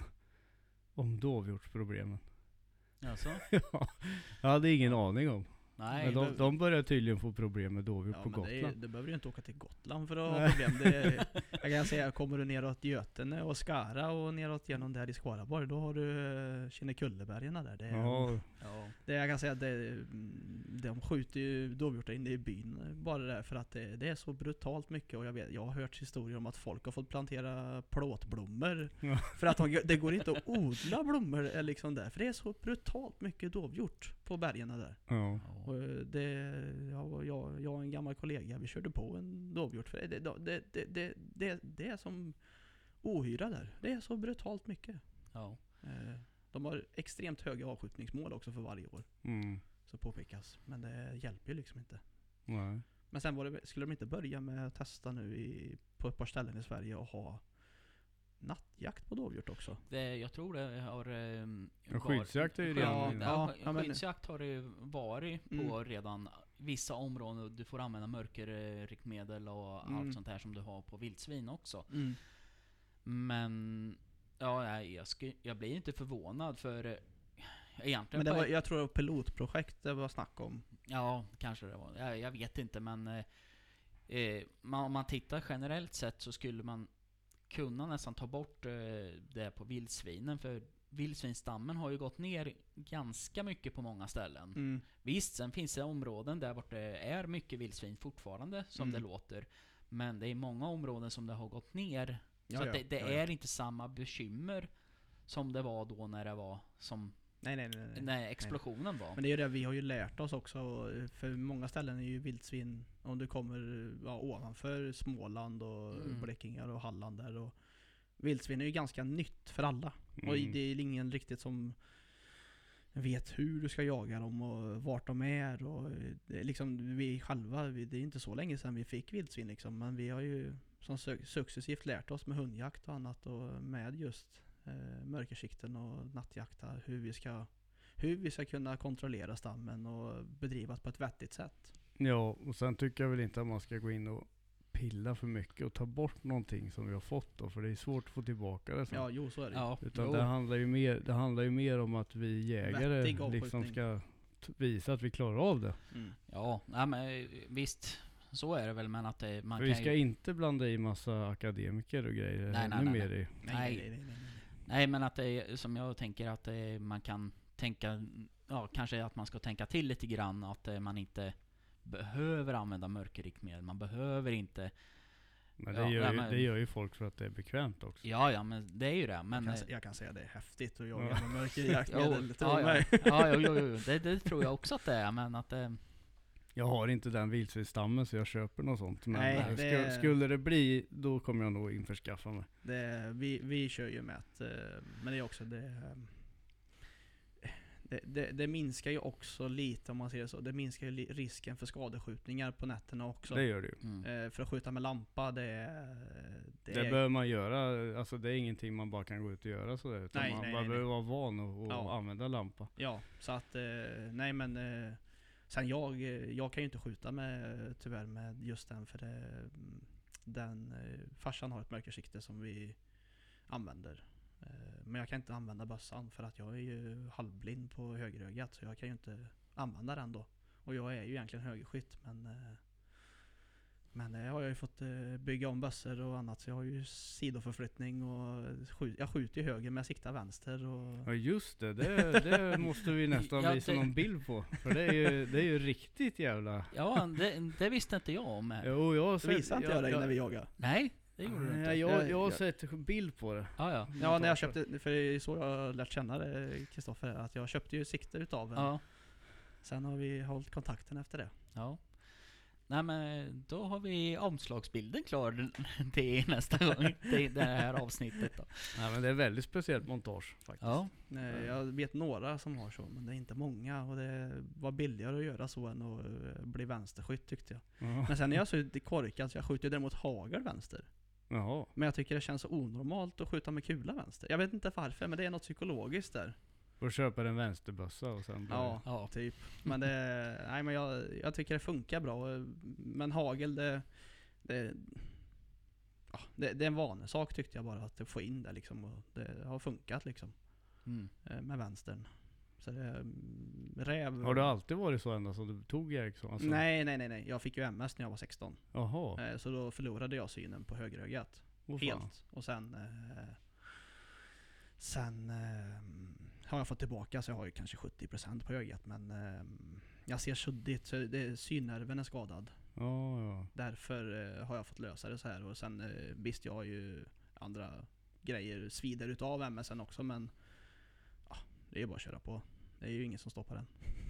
om dovhjortsproblemen. Alltså? Ja, jag hade ingen aning om. Nej, Men de, det- de börjar tydligen få problem med dovhjort Ja, på men det, är, Gotland. det behöver ju inte åka till Gotland för att Nej. ha problem. Det är, jag kan säga, kommer du neråt Götene och Skara och neråt genom där i Skaraborg, då har du uh, Kinnekullebergen där. Det är, Ja, ja. det, jag kan säga att det, mm, de skjuter ju dovhjortar inne i byn bara där för att det, det är så brutalt mycket. Och jag, vet, jag har hört historier om att folk har fått plantera plåtblommor Ja. för att de, det går inte att odla blommor eh, liksom där, för det är så brutalt mycket dovhjort på bergen där. ja. Och eh, det, jag, jag, jag och en gammal kollega, vi körde på en dovhjort, för det, det, det, det, det, det är som ohyra där. Det är så brutalt mycket. Ja. Eh, De har extremt höga avskjutningsmål också för varje år, Mm. så påpekas. Men det hjälper ju liksom inte. Nej. Men sen var det, skulle de inte börja med att testa nu i, på ett par ställen i Sverige och ha nattjakt på dovhjort också? Det, jag tror det har... Um, Ja, skyddsjakt är ju Ja, redan inne. ja, Ja, men- skyddsjakt har det ju varit på Mm. redan vissa områden. Du får använda mörkerriktmedel och Mm. allt sånt här som du har på vildsvin också. Mm. Men ja, nej, jag, sku, jag blir inte förvånad för eh, egentligen... Men det på- var, jag tror det var pilotprojekt det var snack om. Ja, kanske det var. Jag, jag vet inte, men eh, eh, man, om man tittar generellt sett så skulle man kunna nästan ta bort eh, det på vildsvinen. För vildsvinstammen har ju gått ner ganska mycket på många ställen. Mm. Visst, sen finns det områden där vart det är mycket vildsvin fortfarande, som Mm. det låter. Men det är många områden som det har gått ner. Ja, så ja, att det, det ja, ja. är inte samma bekymmer som det var då när det var som Nej, nej, nej, nej. när explosionen var. Men det är ju det, vi har ju lärt oss också. För många ställen är ju vildsvin, om du kommer ja, ovanför Småland och Mm. Blekinge och Halland där. Och vildsvin är ju ganska nytt för alla. Och Mm. det är ingen riktigt som vet hur du ska jaga dem och vart de är. Och det är liksom, vi själva, vi, det är inte så länge sedan vi fick vildsvin liksom. Men vi har ju som su- successivt lärt oss med hundjakt och annat, och med just eh, mörkersikten och nattjakta, hur vi ska hur vi ska kunna kontrollera stammen och bedrivas på ett vettigt sätt. Ja, och sen tycker jag väl inte att man ska gå in och pilla för mycket och ta bort någonting som vi har fått då, för det är svårt att få tillbaka det sen. Ja, jo så är det. Ja, Utan jo. det handlar ju mer, det handlar ju mer om att vi jägare Vettig avskjutning. liksom ska t- visa att vi klarar av det. Mm. Ja, nej, men eh, visst. Så är det väl, men att det, man För kan vi ska ju, inte blanda i massa akademiker och grejer. Nej, ännu nej, nej, mer nej. i. Nej, Nej. nej, nej, nej, nej. Nej, men att det är, som jag tänker att det, man kan tänka, ja, kanske att man ska tänka till lite grann, att eh, man inte behöver använda mörkerriktmedel. Man behöver inte, Men det, Ja, gör nej, ju, men- det gör ju folk för att det är bekvämt också. ja, ja, men det är ju det. Men, Jag, eh, kan, jag kan säga att det är häftigt att Ja. jaga med mörkerjaktmedel. jo, tro ja, ja, mig. ja, jo, jo, jo. Det, det tror jag också att det är, men att det, Jag har inte den vildsvinsstammen så jag köper något sånt. Men Nej, eh, det- skulle, skulle det bli, då kommer jag nog införskaffa mig. Det, vi, vi kör ju med att, eh, men det är också det, eh, det, det, det minskar ju också lite, om man ser det så. Det minskar ju li- risken för skadeskjutningar på nätterna också. Det gör det ju. mm. Eh, för att skjuta med lampa, det är... Det, är- behöver man göra, alltså det är ingenting man bara kan gå ut och göra sådär. Utan Nej, man, nej, man nej, behöver vara van och, och Ja. använda lampa. Ja, så att, eh, nej men eh, sen jag, eh, jag kan ju inte skjuta med, tyvärr, med just den, för det, mm, den, eh, farsan har ett mörkersikte som vi använder. Eh, men jag kan inte använda bössan för att jag är ju halvblind på högerögat, så jag kan ju inte använda den då. Och jag är ju egentligen högerskytt, men eh, men det har jag ju fått eh, bygga om bössor och annat, så jag har ju sidoförflyttning och skjut, jag skjuter ju höger men jag siktar vänster och... Ja just det, det, det måste vi nästan Ja, visa det- någon bild på. För det är ju, det är ju riktigt jävla... Ja, det, det visste inte jag om. Jo, jag har sett... Visar inte jag dig när vi jagar? Nej, det gjorde du inte. Nej, jag, jag har Jag- sett bild på det. Ja, ja. Ja, när jag köpte, för det är så jag har lärt känna det, Kristoffer, att jag köpte ju sikte utav en. Ja, Sen har vi hållit kontakten efter det. ja. Nej men då har vi omslagsbilden klar till nästa gång, till det här avsnittet då. Nej men det är väldigt speciellt montage faktiskt. Ja, Nej, jag vet några som har så, men det är inte många. Och det var billigare att göra så än att eh, bli vänsterskytt tyckte jag. Ja. Men sen är jag så lite korkad så jag skjuter däremot hagel vänster. Jaha. Men jag tycker det känns så onormalt att skjuta med kula vänster. Jag vet inte varför, men det är något psykologiskt där. Och köper en vänsterbössa och sen blir Ja, ja. typ. Men det, nej men jag, jag tycker det funkar bra. Men hagel det, det, ja, det, det är en vanesak tyckte jag bara att få in det liksom. Och det har funkat liksom Mm. eh, med vänstern. Så det, mm, räv. Har det alltid varit så ända som du tog Eriksson? Alltså? Nej, nej, nej, nej. Jag fick ju M S när jag var sexton. Jaha. Eh, så då förlorade jag synen på högerögat. Åh, fan. Helt. Och sen eh, Sen eh, har jag fått tillbaka, så jag har ju kanske sjuttio procent på ögat. Men eh, jag ser suddigt, så det, synnerven är skadad. Ja, ja. Därför eh, har jag fått lösa det så här. Och sen eh, visst, jag har ju andra grejer, svider utav M S N också. Men ja, det är ju bara att köra på. Det är ju ingen som stoppar den.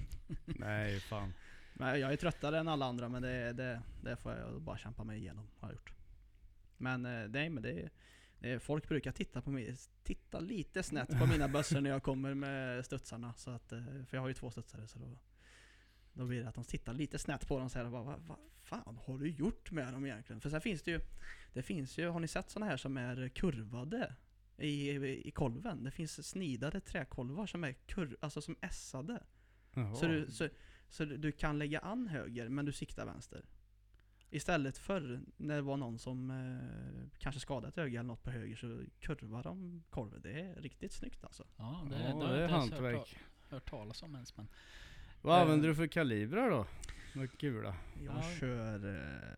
Nej, fan. Men jag är tröttare än alla andra, men det, det, det får jag bara kämpa mig igenom, har jag gjort. Men eh, nej, men det, det folk brukar titta på mig, titta lite snett på mina bössor när jag kommer med studsarna, så att, eh, för jag har ju två studsare, så då, då blir det att de tittar lite snett på dem så här och bara, vad, vad fan har du gjort med dem egentligen? För sen finns det ju, det finns ju, har ni sett såna här som är kurvade i, i, i kolven? Det finns snidade träkolvar som är kur, alltså som ässade. Jaha. Så du, så, så du du kan lägga an höger, men du siktar vänster. Istället för när det var någon som eh, kanske skadat ett öga eller något på höger, så kurvar de korven. Det är riktigt snyggt alltså. Ja, det, Ja, det, det är det har jag hantverk. hört, hört talas om ens, men Vad Eh. använder du för kalibrar då? Med kula? Jag Ja. kör...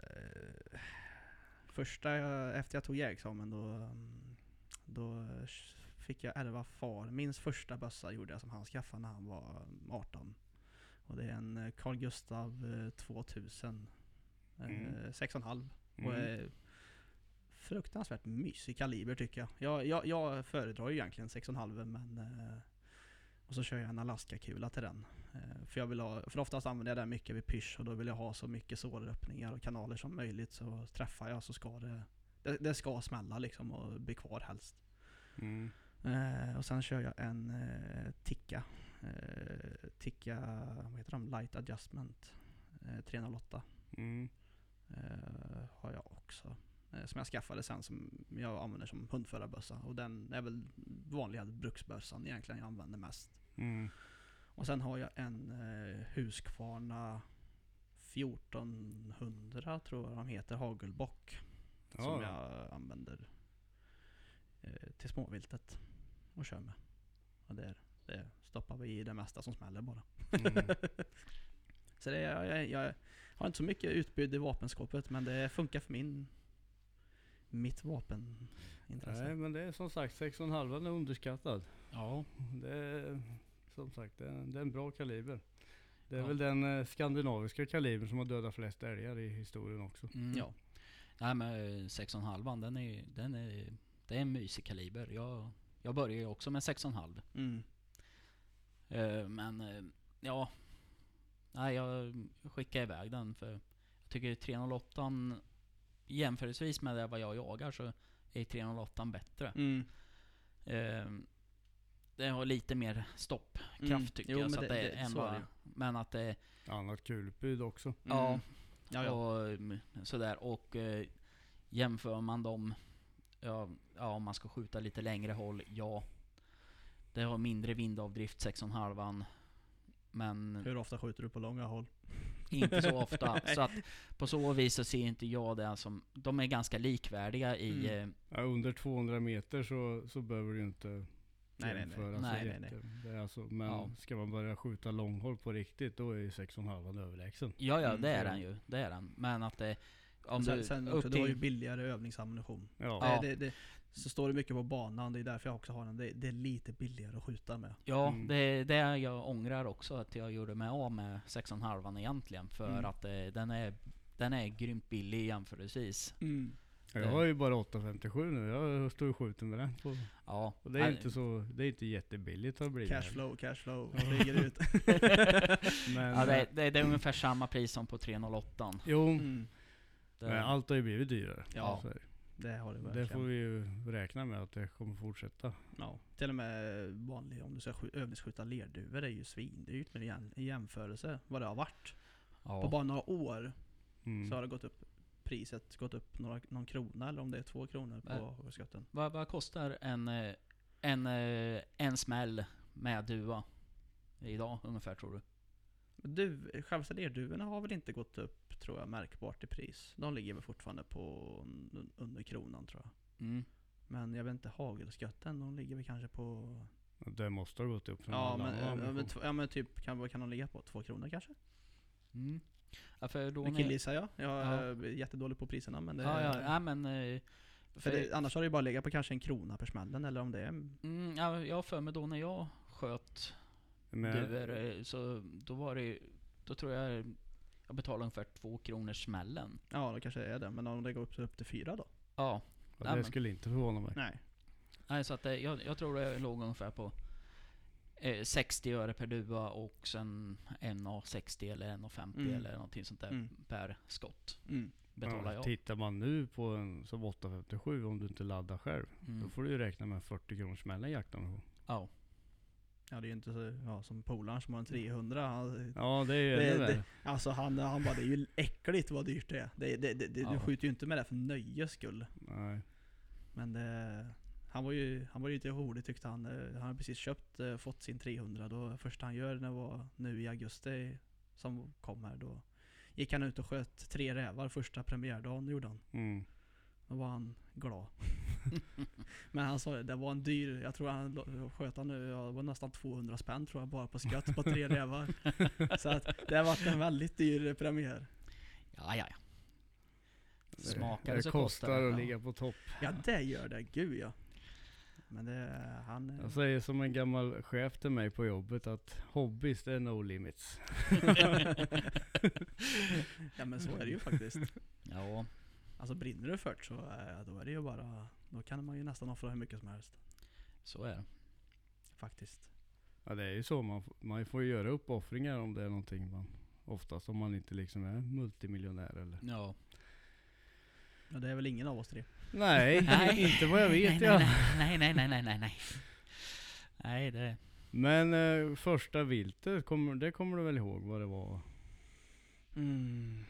Eh, första, efter jag tog jägexamen då, mm, då fick jag ärva far. Min första bössa gjorde jag som han skaffade när han var arton. Och det är en eh, Carl Gustav eh, tvåtusen. Mm. Eh, sex komma fem. Och Mm. är fruktansvärt mysig kaliber tycker jag. Jag, jag, jag föredrar ju egentligen sex komma fem, men eh, och så kör jag en Alaska-kula till den. Eh, för jag vill ha, för oftast använder jag den mycket vid pysch, och då vill jag ha så mycket såröppningar och kanaler som möjligt, så träffar jag så ska det det, det ska smälla liksom och bli kvar helst. Mm. Eh, och sen kör jag en eh, Tikka eh, Tikka, vad heter de? Light Adjustment eh, tre noll åtta. Mm. Eh, har jag också. Eh, som jag skaffade sen, som jag använder som hundförarbössa. Och den är väl vanliga bruksbössan egentligen jag använder mest. Mm. Och sen har jag en eh, Husqvarna fjortonhundra tror jag de heter, hagelbock. Ja. Som jag använder eh, till småviltet och kör med. Och det, det stoppar vi i det mesta som smäller bara. Mm. Så det, jag, jag, jag har inte så mycket utbud i vapenskåpet, men det funkar för min mitt vapenintresse. Nej men det är som sagt sex komma fem är underskattad. ja, Det är som sagt det är, det är en bra kaliber. Det är Ja. väl den eh, skandinaviska kalibern som har dödat flest älgar i historien också. mm. Ja. Nej men sex komma fem, den är, den är, det är en mysig kaliber. Jag, jag började ju också med sex komma fem. Mm. Eh, men eh, ja, nej jag skickar iväg den, för jag tycker tre noll åtta jämförelsevis med det vad jag jagar, så är tre noll åtta bättre. Mm. Eh, det har lite mer stoppkraft Mm. tycker Jo, jag, men så det- att det, det- är än så är vad, det ju. men att det Annat kulutbud också. ja, Mm. Ja, ja. och mm, sådär, och eh, jämför man dem, ja, ja om man ska skjuta lite längre håll, ja det har mindre vindavdrift sex komma fem, men Hur ofta skjuter du på långa håll? Inte så ofta. Så att på så vis så ser inte jag det som... De är ganska likvärdiga i... Mm. Eh, Ja, under tvåhundra meter så, så behöver du inte Nej, nej, nej. jämföra så Nej, jätte- nej, Det är alltså, men Ja. ska man börja skjuta långhåll på riktigt, då är ju sex komma fem överlägsen. ja, ja, Mm, det är så- den ju. Det är den. Men att det... Om sen du... sen upp också, du har ju till, billigare övningsammunition. Ja. Ja. Det, det, det, så står det mycket på banan, det är därför jag också har den. Det, det är lite billigare att skjuta med. ja, Mm. det är det jag ångrar också. Att jag gjorde mig av med sex komma fem egentligen. För Mm. att eh, den är... Den är grymt billig jämförelsevis. Mm. Jag har ju bara åtta femtiosju nu, jag står och skjuter med den. På, Ja. och det är Nej, inte så, det är inte jättebilligt att bli. Cashflow, cashflow, flyger ut. Men, ja, det, det, det är ungefär samma pris som på tre noll åtta. jo, Mm. Det, men allt har ju blivit dyrare. Ja, Så är det. det har det det verkligen. får vi ju räkna med att det kommer fortsätta. Ja, till och med vanlig, om du ska skj- övningsskjuta lerduvor är ju svindyrt med jäm, i jämförelse vad det har varit. ja. På bara några år Mm. så har det gått upp, priset gått upp några, någon krona eller om det är två kronor på skatten. Vad, vad kostar en, eh, en, eh, en smäll med duva idag ungefär, tror du? Du, själva lerduvorna har väl inte gått upp, tror jag, märkbart i pris. De ligger väl fortfarande på un- under kronan, tror jag. Mm. Men jag vet inte, hagelskatten, de ligger väl kanske på... Det måste ha gått upp från Ja alla men, andra ja, men, ammunition. tv- ja men typ, kan, vad kan de ligga på? Två kronor kanske? Mm. Ja, för då Det när- killgissar jag. Jag Ja. är jättedålig på priserna, men det... Ja, ja, ja, men... eh, För det, annars har det ju bara legat på kanske en krona per smällen, eller om det är... Mm, ja, jag har för mig då när jag sköt Men, duvor, eh, så då var det... Då tror jag jag betalade ungefär två kronor smällen. Ja, det kanske är det. Men om det går upp, upp till fyra då? Ja, ja, nej, det men- skulle inte förvåna mig. Nej. nej, så att det, jag, jag tror det låg ungefär på eh, sextio öre per duva och sen en komma sextio eller en komma femtio Mm. eller någonting sånt där Mm. per skott Mm. betalar Ja, jag. tittar man nu på en som åtta femtiosju, om du inte laddar själv, då Mm. får du ju räkna med fyrtio kronors smällen jaktammunition. Ja. Ja, det är ju inte så... Ja, som polaren som har en trehundra. Han, Ja, det är ju det, ännu det, värre. alltså han, han bara, det är ju äckligt vad dyrt det är. Det, det, det, det, Ja. Du skjuter ju inte med det för nöjes skull. Nej. Men det... Han var ju, han var ju lite rolig tyckte han. Eh, Han hade precis köpt, eh, fått sin trehundra. Då första han gör när det var nu i augusti som kom här, då gick han ut och sköt tre rävar första premiärdagen, gjorde han. Mm. Då var han glad. Men han sa det, det var en dyr, jag tror han lo- sköt han nu, ja, det var nästan tvåhundra spänn tror jag bara på skatt på tre rävar. Så att det har varit en väldigt dyr premiär. Ja, ja, ja. Det, Smakar det så kostar kostar det, att ja. ligga på topp. Ja det gör det, gud ja. Men det, han... eh, Jag säger som en gammal chef till mig på jobbet att hobbies, det är no limits. ja men så är det ju faktiskt. Ja, Alltså brinner det för det så eh, då är det ju bara, då kan man ju nästan offra hur mycket som helst. så är det. Faktiskt. Ja, det är ju så. Man, f- man får ju göra uppoffringar om det är någonting man, oftast om man inte liksom är multimiljonär eller. Ja. Ja, det är väl ingen av oss tre. Nej, Nej. inte vad jag vet nej, ja. nej, nej, nej, nej, nej, nej. Nej, det... Men eh, första viltet, kommer, det kommer du väl ihåg vad det var? Mm.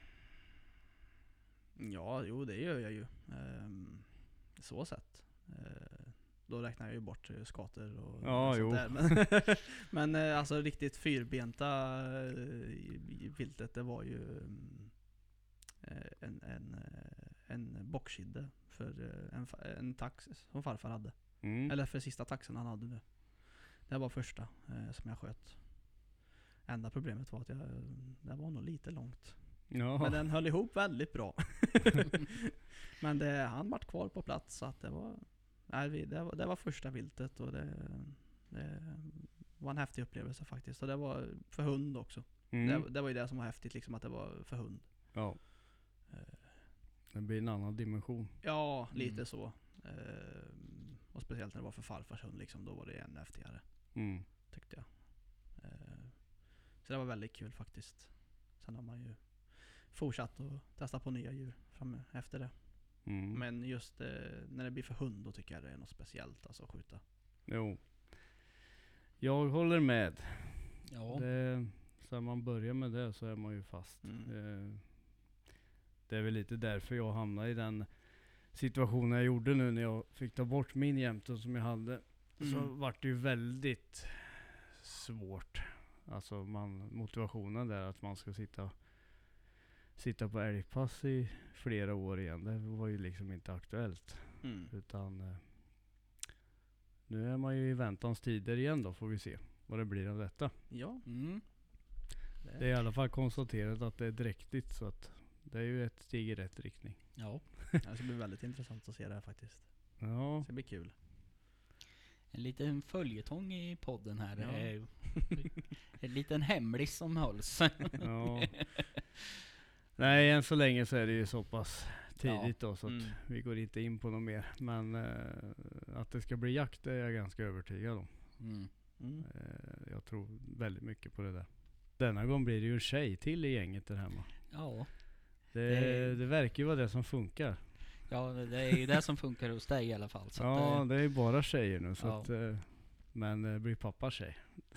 Ja, jo det gör jag ju. Ehm, så sett. Ehm, då räknar jag ju bort eh, skator och Ja, och jo. där. Men, men eh, alltså riktigt fyrbenta eh, i, i viltet, det var ju mm, eh, en, en, eh, en bockskidde för eh, en, fa- en tax som farfar hade. Mm. Eller för sista taxen han hade nu. Det var första eh, som jag sköt. Enda problemet var att jag, det var nog lite långt. Ja. Men den höll ihop väldigt bra. Men det, han vart kvar på plats så att det var, nej, vi- det var, det var första viltet och det, det var en häftig upplevelse faktiskt. Och det var för hund också. Mm. Det, det var ju det som var häftigt liksom, att det var för hund. Ja. Eh, Det blir en annan dimension. Ja, lite Mm. så. Eh, och speciellt när det var för farfars hund liksom, då var det ännu häftigare. Mm. Tyckte jag. Eh, så det var väldigt kul faktiskt. Sen har man ju fortsatt att testa på nya djur fram efter det. Mm. Men just eh, när det blir för hund, då tycker jag det är något speciellt alltså att skjuta. Jo. Jag håller med. Ja. Det, så man börjar med det så är man ju fast. Mm. Eh, Det är väl lite därför jag hamnade i den situationen jag gjorde nu när jag fick ta bort min jämte som jag hade. Så Mm. vart det ju väldigt svårt Alltså man, motivationen där att man ska sitta sitta på älgpass i flera år igen, det var ju liksom inte aktuellt. Mm. Utan eh, nu är man ju i väntans tider igen då, får vi se vad det blir av detta. Ja. Mm. Det Det är i alla fall konstaterat att det är dräktigt, så att det är ju ett steg i rätt riktning. Ja. det ska bli väldigt intressant att se det här faktiskt. Ja, Det ska bli kul. En liten följetong i podden här. Ja. Det är ju en liten hemlis som hålls. ja. Nej, än så länge så är det ju så pass tidigt då, så att Mm. vi går inte in på något mer. Men eh, att det ska bli jakt är jag ganska övertygad om. Mm. Mm. Eh, jag tror väldigt mycket på det där. Denna gång blir det ju en tjej till i gänget där hemma. Ja. Det, Det- det verkar ju vara det som funkar. Ja, det är ju det som funkar hos dig i alla fall. Så Ja, att, det är ju bara tjejer nu. Så Ja. att, eh, men det blir pappa tjej.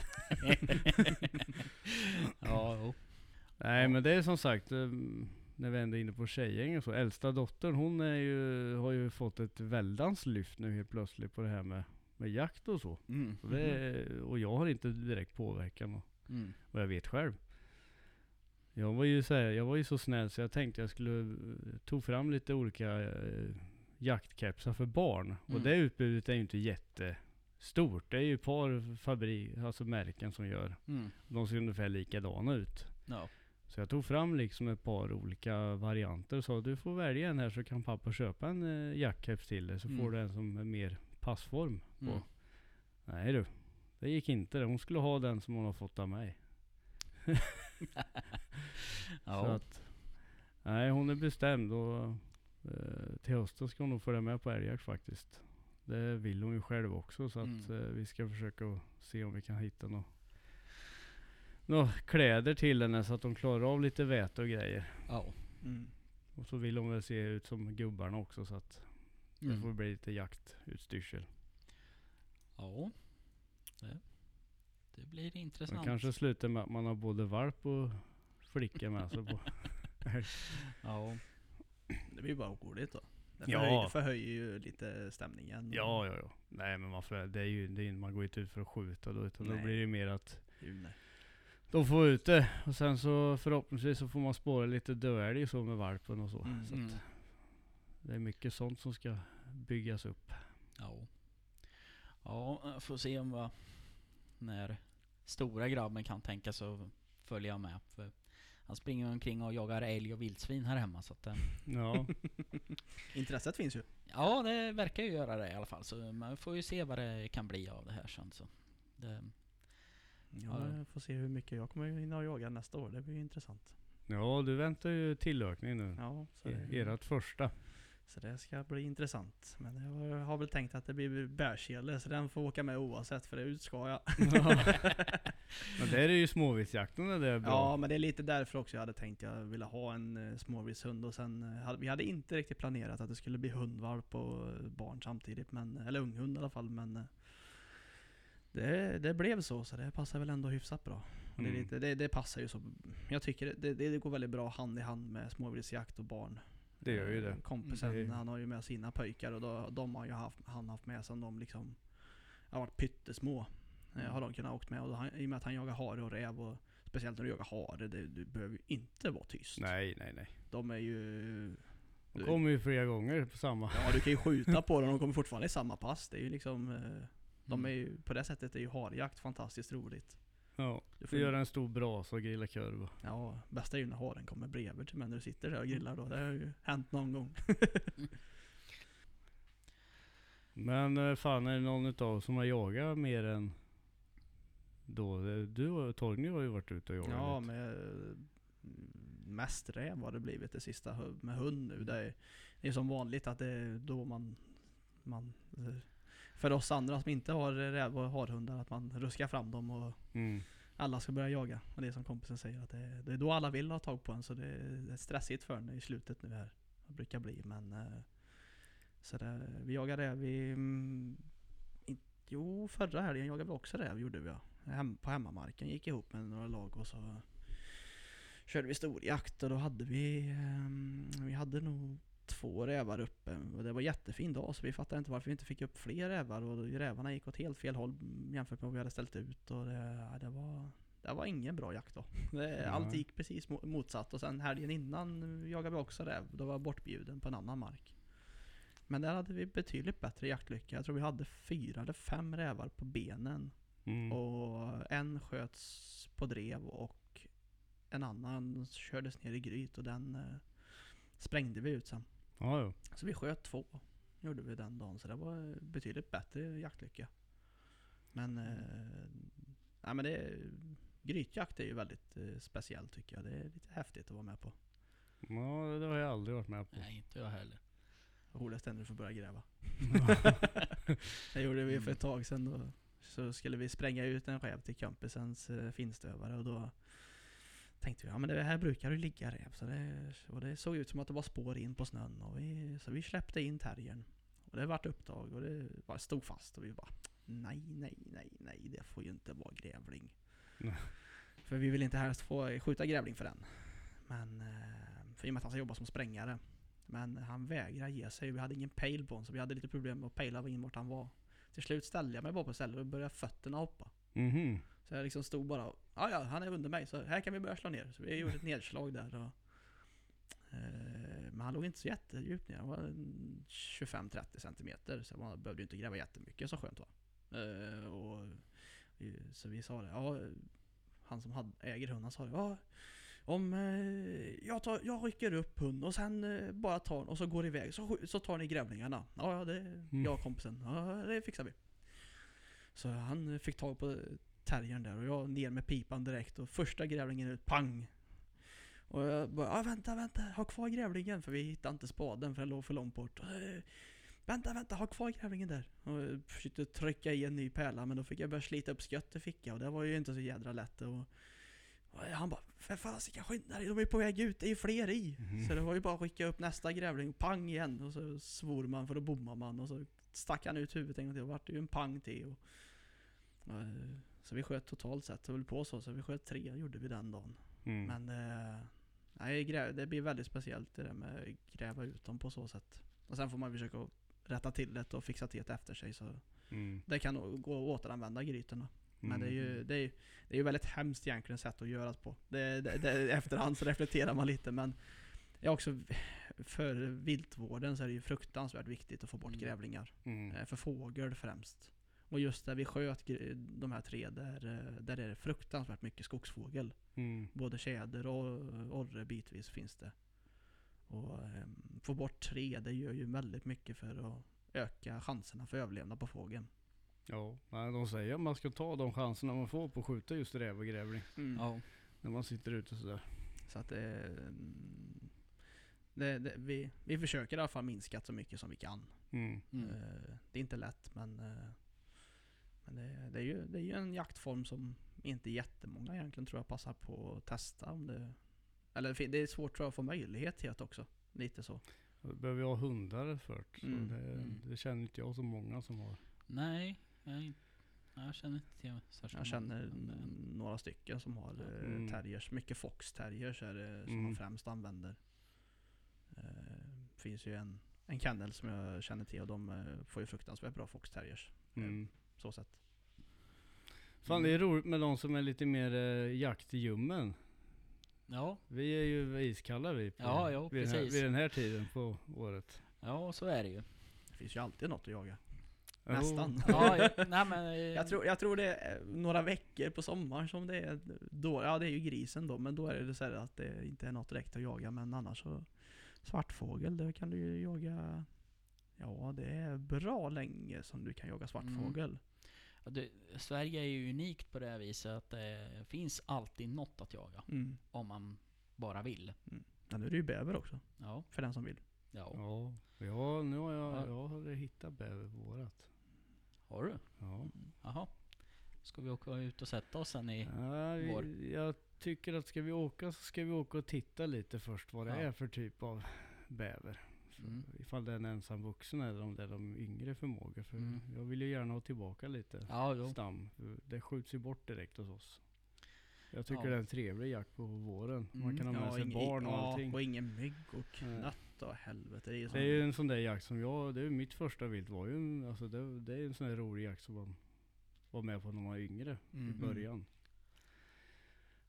ja, jo. Nej, Ja. men det är som sagt, eh, när vi ändå är inne på tjejgäng och så. Äldsta dottern, hon är ju, har ju fått ett väldans lyft nu helt plötsligt på det här med, med jakt och så. Mm. Så det är, och jag har inte direkt påverkan och, Mm. vad jag vet själv. Jag var ju så här, jag var ju så snäll så jag tänkte jag skulle eh, tog fram lite olika eh, jaktkepsar för barn. Och Mm. det utbudet är ju inte jättestort. Det är ju ett par fabrik, alltså märken som gör. Mm. De ser ungefär likadana ut. Ja. Så jag tog fram liksom ett par olika varianter och sa du får välja en här så kan pappa köpa en eh, jackkeps till dig så Mm. får du en som är mer passform på. Mm. Nej du, det gick inte det. Hon skulle ha den som hon har fått av mig. Så Ja. att, nej, hon är bestämd och eh, till hösten ska hon nog följa med på älgjakt faktiskt. Det vill hon ju själv också så att Mm. eh, vi ska försöka att se om vi kan hitta något Nå, kläder till henne så att de klarar av lite väte och grejer. Ja. Mm. Och så vill hon väl se ut som gubbarna också så att det får Mm. bli lite jaktutstyrsel. Ja. Det, det blir Det intressant. kanske slutar med att man har både valp och flicka med sig på. Ja. Det blir bara roligt då. Det Ja. förhöjer, förhöjer ju lite stämningen. Ja, ja, ja. Nej men man, får, det är ju, det är, man går inte ut för att skjuta då, utan då Nej. blir det mer att Ju, nej. de får ut det. Och sen så förhoppningsvis så får man spåra lite döälg så med valpen och så. Mm. Så att Mm. det är mycket sånt som ska byggas upp. Ja. Ja, jag får se om vad när stora grabben kan tänka sig att följa med. För han springer omkring och jagar älg och vildsvin här hemma. Så att, eh, Ja, Intresset finns ju. ja, det verkar ju göra det i alla fall. Så man får ju se vad det kan bli av det här sen. Så. Det, Ja, jag får se hur mycket jag kommer hinna och jaga nästa år. Det blir ju intressant. ja du väntar ju tillökning nu. Ja, så E- det, Ert första. så det ska bli intressant. Men jag har väl tänkt att det blir bärsele så den får åka med oavsett för det ut ska jag. Men där är ju småviltsjakten det är bra. Ja, men det är lite därför också jag hade tänkt jag ville ha en uh, småviltshund och sen uh, hade, vi hade inte riktigt planerat att det skulle bli hundvalp och uh, barn samtidigt, men, eller unghund i alla fall, men uh, det, det blev så, så det passar väl ändå hyfsat bra. Och det, är Mm. lite, det, det passar ju så, jag tycker det, det, det går väldigt bra hand i hand med småviltsjakt och barn. Det gör ju det. Eh, Kompisen, Mm, det är- han har ju med sina pojkar och då, de har ju haft, han haft med som de liksom har varit pyttesmå. Mm. Har de kunnat åkt med och då, han, i och med att han jagar hare och räv och speciellt när du jagar hare, det, du behöver ju inte vara tyst. Nej, nej, nej. De är ju... De du- kommer ju flera gånger på samma. Ja, du kan ju skjuta på dem, de kommer fortfarande i samma pass. Det är ju liksom... eh, De Mm. är ju, på det sättet är ju harjakt fantastiskt roligt. Ja, Du du får, gör en stor brasa och grilla kurv. ja, bästa är ju när haren kommer bredvid till mig när du sitter där och grillar då. Det har ju hänt någon gång. Men eh, fan, är det någon utav oss som har jagat mer än då? Det- Du och Torgny har ju varit ute och jagat Ja, lite. med mm, mest räv har det blivit det sista hu- med hund nu. Det är, det är som vanligt att det är då man, man eh, för oss andra som inte har räv och harhundar, att man ruskar fram dem och Mm. alla ska börja jaga. Och det är som kompisen säger, att det är, det är då alla vill ha tag på en, så det är, det är stressigt för en i slutet nu här. Det brukar bli, men eh, så det, vi jagar räv i, mm, in, jo förra helgen jagade vi också räv, gjorde vi ja. Hem, på hemmamarken gick ihop med några lag och så körde vi storjakt och då hade vi, ehm, vi hade nog två rävar uppe och det var jättefin dag, så vi fattade inte varför vi inte fick upp fler rävar och rävarna gick åt helt fel håll jämfört med vad vi hade ställt ut och det, ja, det var det var ingen bra jakt då. Det, Nej. allt gick precis mo- motsatt. Och sen helgen innan jagade vi också räv. Då var jag bortbjuden på en annan mark. Men där hade vi betydligt bättre jaktlycka. Jag tror vi hade fyra eller fem rävar på benen. Mm. Och en sköts på drev och en annan kördes ner i gryt och den eh, sprängde vi ut sen. Ja, ja. Så vi sköt två, gjorde vi den dagen. Så det var betydligt bättre jaktlycka. Men, eh, nej, men det, grytjakt är ju väldigt eh, speciellt tycker jag. Det är lite häftigt att vara med på. Ja, det har jag aldrig varit med på. Nej, inte jag heller. Roligast är när du får börja gräva. Det gjorde vi för ett tag sedan då. Så skulle vi spränga ut en räv till kompisens eh, finstövare och då tänkte vi, ja men det här brukar ju ligga räv. Så det, och det såg ut som att det var spår in på snön. Och vi, så vi släppte in terriern. Och det vart upptag och det bara stod fast. Och vi bara, nej, nej, nej, nej, det får ju inte vara grävling. Nej. För vi vill inte helst få skjuta grävling för den. Men, eh, för i och med att han ska jobba som sprängare. Men han vägrar ge sig. Vi hade ingen pejl på honom så vi hade lite problem med att pejla in vart han var. Till slut ställde jag mig bara på stället och började fötterna hoppa. Mhm. Så jag liksom stod bara, ja ja, han är under mig så här kan vi börja slå ner. Så vi gjorde ett nedslag där. Och, eh, men han låg inte så jättedjupt ner. Han var tjugofem till trettio centimeter. Så man behövde ju inte gräva jättemycket, så skönt var. Eh, och vi, så vi sa det, ja, han som hade, äger hunden sa det, ja, om eh, jag, tar, jag rycker upp hunden och sen eh, bara tar och så går iväg så, så tar ni grävlingarna. Ja, ja, det är jag och kompisen. Ja, det fixar vi. Så han fick tag på terriern där och jag ner med pipan direkt och första grävlingen ut, pang! Och jag bara, ah, vänta, vänta, ha kvar grävlingen för vi hittade inte spaden för den låg för långt bort. Eh, vänta, vänta, ha kvar grävlingen där. Och jag försökte trycka i en ny pärla men då fick jag börja slita upp skött i ficka och det var ju inte så jädra lätt. Och, och han bara, för fan ska jag skynda dig, de är på väg ut, det är ju fler i. Mhm. Så det var ju bara att skicka upp nästa grävling, pang igen. Och så svor man för då bommar man och så stack han ut huvudet en gång till och vart det ju en pang till. Och, och, så vi sköt totalt sett, och höll på så, så vi sköt tre, gjorde vi den dagen. Mm. Men eh, nej, grä, det blir väldigt speciellt det där med att gräva ut dem på så sätt. Och sen får man försöka rätta till det och fixa till det efter sig. Så Mm. det kan nog gå att återanvända grytorna. Men Mm. det är ju det är, det är ju väldigt hemskt egentligen sätt att göra på. Det, det, det, efterhand så reflekterar man lite, men jag också för viltvården så är det ju fruktansvärt viktigt att få bort Mm. grävlingar. Mm. Eh, För fågel främst. Och just där vi sköt gr- de här tre, där, eh, där är det fruktansvärt mycket skogsfågel. Mm. Både tjäder och orre bitvis finns det. Och um, få bort tre, det gör ju väldigt mycket för att öka chanserna för överlevnad på fågeln. Ja, nej, de säger att man ska ta de chanserna man får på att skjuta just räv och grävling. Ja. När man sitter ute sådär. Så att det, mm, det, det vi, vi försöker i alla fall minska så mycket som vi kan. Mm. Mm. Eh, det är inte lätt, men, eh, men det, det, är ju, det är ju en jaktform som inte jättemånga egentligen tror jag passar på att testa. Om det, eller det är svårt tror jag att få möjlighet till det också. Lite så. Då behöver jag ha hundar först. Så Mm. det, Mm. det känner inte jag så många som har. Nej, jag, jag känner inte till särskilt Jag känner många, men, mm, några stycken som har eh, Mm. terriers. Mycket fox terriers är det som Mm. man främst använder. Eh, finns ju en, en kennel som jag känner till och de eh, får ju fruktansvärt bra fox terriers. Mm. Så sett. Fan, det är roligt med de som är lite mer eh, jakt i ljummen. Ja, Vi är ju iskalla vi på, Ja, ja, vid, den här, precis. vid den här tiden på året. ja, så är det ju. Det finns ju alltid något att jaga. Jo. Nästan. Ja, jag, nej men... eh, Jag tror, jag tror det är några veckor på sommaren som det är då, ja det är ju grisen då, men då är det så här att det inte är något direkt att jaga, men annars så svartfågel, det kan du ju jaga, ja det är bra länge som du kan jaga svartfågel. ja, det, Sverige är ju unikt på det här viset att det finns alltid något att jaga. Mm. Om man bara vill. Men nu är det ju bäver också, Ja, för den som vill. ja. Ja, ja, nu har jag, Ja. jag har hittat bäver på vårat. Har du? Ja. Jaha. Ska vi åka ut och sätta oss sen i... Ja, Vår. vi, jag tycker att ska vi åka så ska vi åka och titta lite först vad det Ja. är för typ av bäver. Mm. Ifall det är en ensam vuxen eller om det är de yngre förmågor. För Mm. jag vill ju gärna ha tillbaka lite Ja, jo. stam. Det skjuts ju bort direkt hos oss. Jag tycker Ja. det är en trevlig jakt på våren. Man Mm. kan ha med sig ingen- barn och ja, allting. och ingen mygg och Nej. knött och helvete. Det är ju Det är ju en sån där jakt som jag, det är ju mitt första vilt var ju, en- alltså det, det är en sån där rolig jakt som man var med på när man var yngre i Mm. början.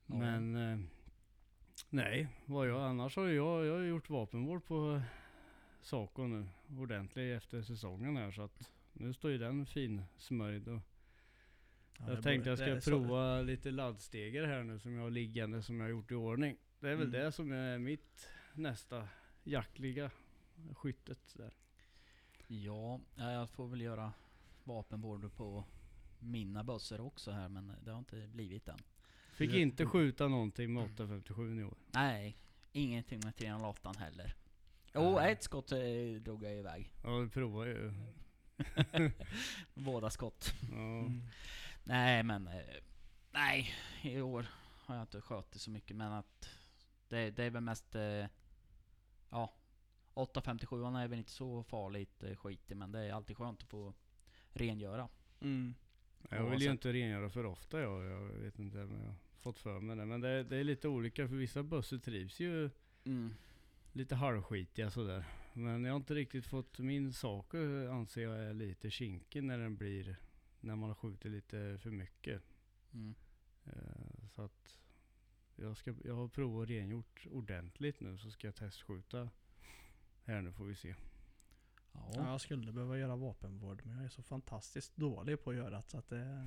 Ja. Men eh, nej, vad jag annars har jag, jag har gjort vapenvård på Saco nu ordentligt efter säsongen här, så att nu står ju den fin smörjd. Och Ja, jag det tänkte bör- jag ska det är så- prova lite laddstegar här nu som jag har liggande, som jag har gjort i ordning. Det är väl Mm. det som är mitt nästa jaktliga skyttet där. Ja, ja, jag får väl göra vapenvård på mina bössor också här, men det har inte blivit än. Fick Mm. inte skjuta någonting med åtta femtiosju i år. Nej, ingenting med tre noll åtta heller. Jo, Nej. ett skott eh, drog jag iväg. Ja, vi provar ju. Båda skott. Ja. Mm. Nej, men eh, nej, i år har jag inte skjutit så mycket, men att det, det är väl mest eh, ja, åtta femtiosju är väl inte så farligt eh, skit i, men det är alltid skönt att få rengöra. Mm. Jag vill ju Oavsett. inte rengöra för ofta, jag, jag vet inte om jag har fått för mig det. Men det, det är lite olika, för vissa bössor trivs ju Mm. lite halvskitiga sådär. Men jag har inte riktigt fått min sak, anser jag är lite kinkig när den blir, när man har skjutit lite för mycket. Mm. Eh, så att jag, ska, jag har provat rengjort ordentligt nu, så ska jag testskjuta här nu, får vi se. Ja, Ja. jag skulle behöva göra vapenvård, men jag är så fantastiskt dålig på att göra det, så att det...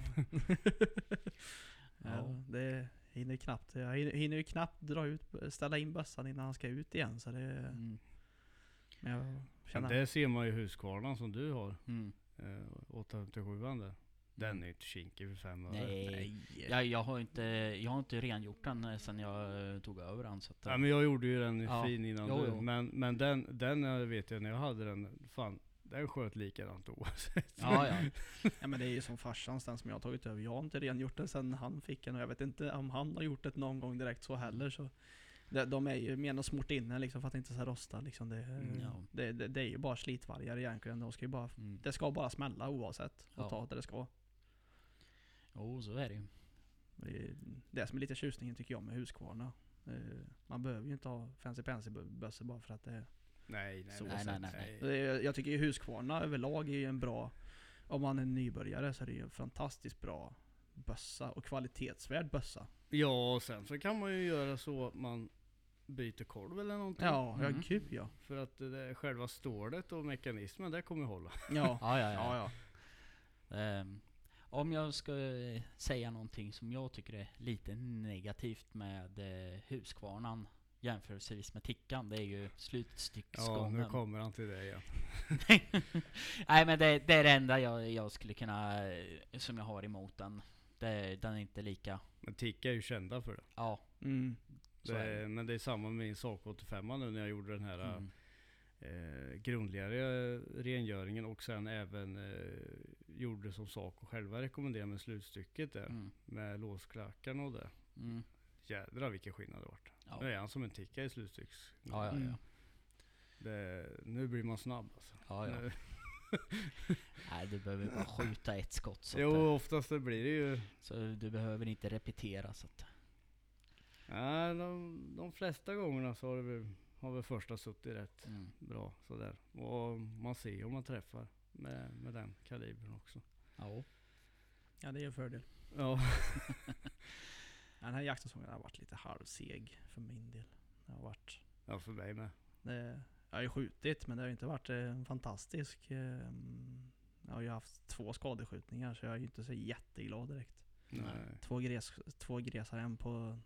ja, Ja. det hinner knappt. Jag hinner, hinner ju knappt dra ut, ställa in bössan innan han ska ut igen, så det... Mm. Men jag Men känner... det ser man ju Husqvarnan som du har, Mm. eh, åtta femtiosju där. Den är ju inte kinkig för fem öre. Nej, jag, jag, har inte, jag har inte rengjort den eh, sen jag eh, tog över den. Så att, Ja, men jag gjorde ju den Ja. fin innan Jo, du. jo. Men, men den, den eh, vet jag när jag hade den, fan, den sköt likadant oavsett. ja, ja. Ja, men det är ju som farsans, den som jag har tagit över. Jag har inte rengjort det sen han fick den, och jag vet inte om han har gjort det någon gång direkt så heller. Så de, de är ju mer smort inne liksom, för att inte så här rosta liksom. Det, Mm, ja. det, det, det är ju bara slitvargar egentligen. De ska ju bara, Mm. det ska bara smälla oavsett och Ja. ta det det ska. Jo, så är det ju. Det är det som är lite tjusningen tycker jag med Husqvarna. Eh, Man behöver ju inte ha fancy pansy bössor bara för att det är... Nej, nej, Så nej, nej, nej, nej. Det är- Jag tycker ju Husqvarna överlag är ju en bra... Om man är nybörjare så är det ju en fantastiskt bra bössa och kvalitetsvärd bössa. Ja, och sen så kan man ju göra så att man byter kolv eller någonting. Ja, ja Mm. gud ja. För att det är själva stålet och mekanismen, det kommer hålla. Ja, Ja, ja, ja, ja. ja. Ehm, om jag ska eh, säga någonting som jag tycker är lite negativt med eh, Husqvarnan jämförelsevis med Tickan, det är ju Ja, slutstycksgången. nu kommer han till det igen. Nej, men det, det är det enda jag, jag skulle kunna, eh, som jag har emot den. Det, den är inte lika, Men Ticka är ju kända för det. ja, Mm. så det är är, det. men det är samma med min Saco åttiofem nu när jag gjorde den här Mm. eh, grundligare rengöringen, och sen även eh, gjorde som Saco själva rekommenderar med slutstycket där. Mm. Med låsklackarna och det. Mm. Jädrar vilken skillnad det vart. Ja. Nu är han som en Ticka i slutstycks. Ja, ja, Mm. ja. Det, nu blir man snabb alltså. Ja, ja. Nu, Nej, du behöver bara skjuta ett skott. Så, jo, att, eh, oftast det blir det ju. så du behöver inte repetera. Så att, Ja, de, de flesta gångerna så har, det väl, har väl första suttit rätt mm. bra sådär. Och man ser om man träffar med, med den kalibern också. Ja. Ja, det är en fördel. Ja. Den här jaktsäsongen har varit lite halvseg för min del. Det har varit... Ja, för mig med. Det, jag har ju skjutit, men det har ju inte varit en fantastisk... Eh, jag har ju haft två skadeskjutningar, så jag är ju inte så jätteglad direkt. Nej. Två, gres, två gresar, en på...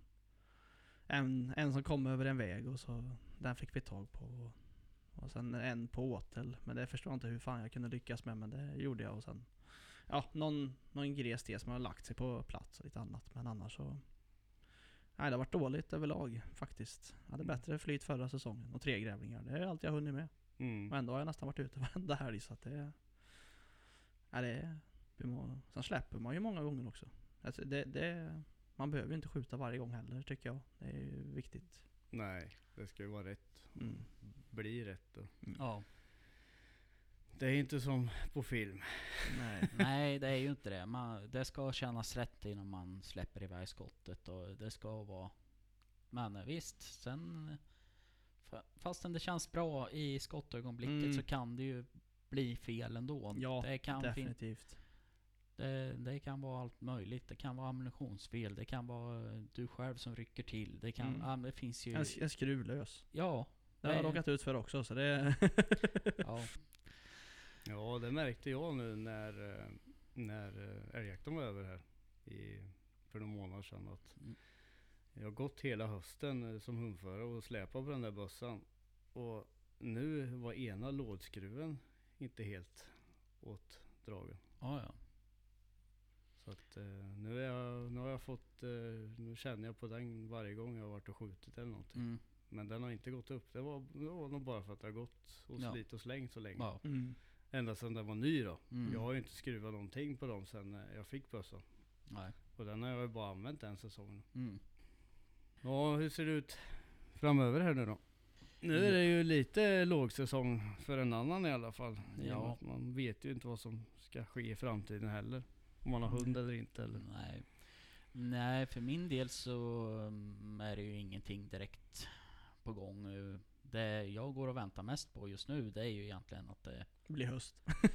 En, en som kom över en väg, och så den fick vi tag på. Och, och sen en på åtel, men det förstår jag inte hur fan jag kunde lyckas med, men det gjorde jag. Och sen... Ja, någon, någon gres till som har lagt sig på plats och lite annat, men annars så... Nej, det har varit dåligt överlag faktiskt. Jag hade bättre flyt förra säsongen och tre grävlingar. Det är allt jag hunnit med. Mm. Och ändå har jag nästan varit ute varenda helg, så att det... Ja, det är... Sen släpper man ju många gånger också. Alltså det, det, man behöver ju inte skjuta varje gång heller, tycker jag. Det är ju viktigt. Nej, det ska ju vara rätt. Mm. Bli rätt då. Ja. Det är inte som på film. Nej. Nej, det är ju inte det. Man, det ska kännas rätt innan man släpper iväg skottet, och det ska vara... Men eh, visst, sen... fa- Fastän det känns bra i skottögonblicket Mm. så kan det ju bli fel ändå. Ja, det kan fin- definitivt. Det, det kan vara allt möjligt. Det kan vara ammunitionsfel. Det kan vara du själv som rycker till. Det kan, Mm. ja, det finns ju... En, en skruvlös. Ja. Det har jag det- råkat ut för också, så det... Ja. Ja, det märkte jag nu när, eh, när eh, älgjakten var över här i, för några månader sedan. Att Mm. jag har gått hela hösten eh, som hundförare och släpat på den där bössan. Och nu var ena lådskruven inte helt åtdragen. Ja, ja. Så att eh, nu, är jag, nu har jag fått, eh, nu känner jag på den varje gång jag har varit och skjutit eller någonting. Mm. Men den har inte gått upp. Det var, det var nog bara för att det har gått och Ja. slit och slängt så länge. Ja. Mm. Ända sedan den var ny då. Mm. Jag har ju inte skruvat någonting på dem sedan eh, jag fick bössan. Nej. Och den har jag ju bara använt en säsong. Mm. Ja, hur ser det ut framöver här nu då? Nu är det ju lite lågsäsong för en annan i alla fall. I och med Ja. att man vet ju inte vad som ska ske i framtiden heller. Om man har hund eller inte eller. Nej. Nej, för min del så um, är det ju ingenting direkt på gång. Uh, Det jag går och väntar mest på just nu, det är ju egentligen att det... Det blir höst.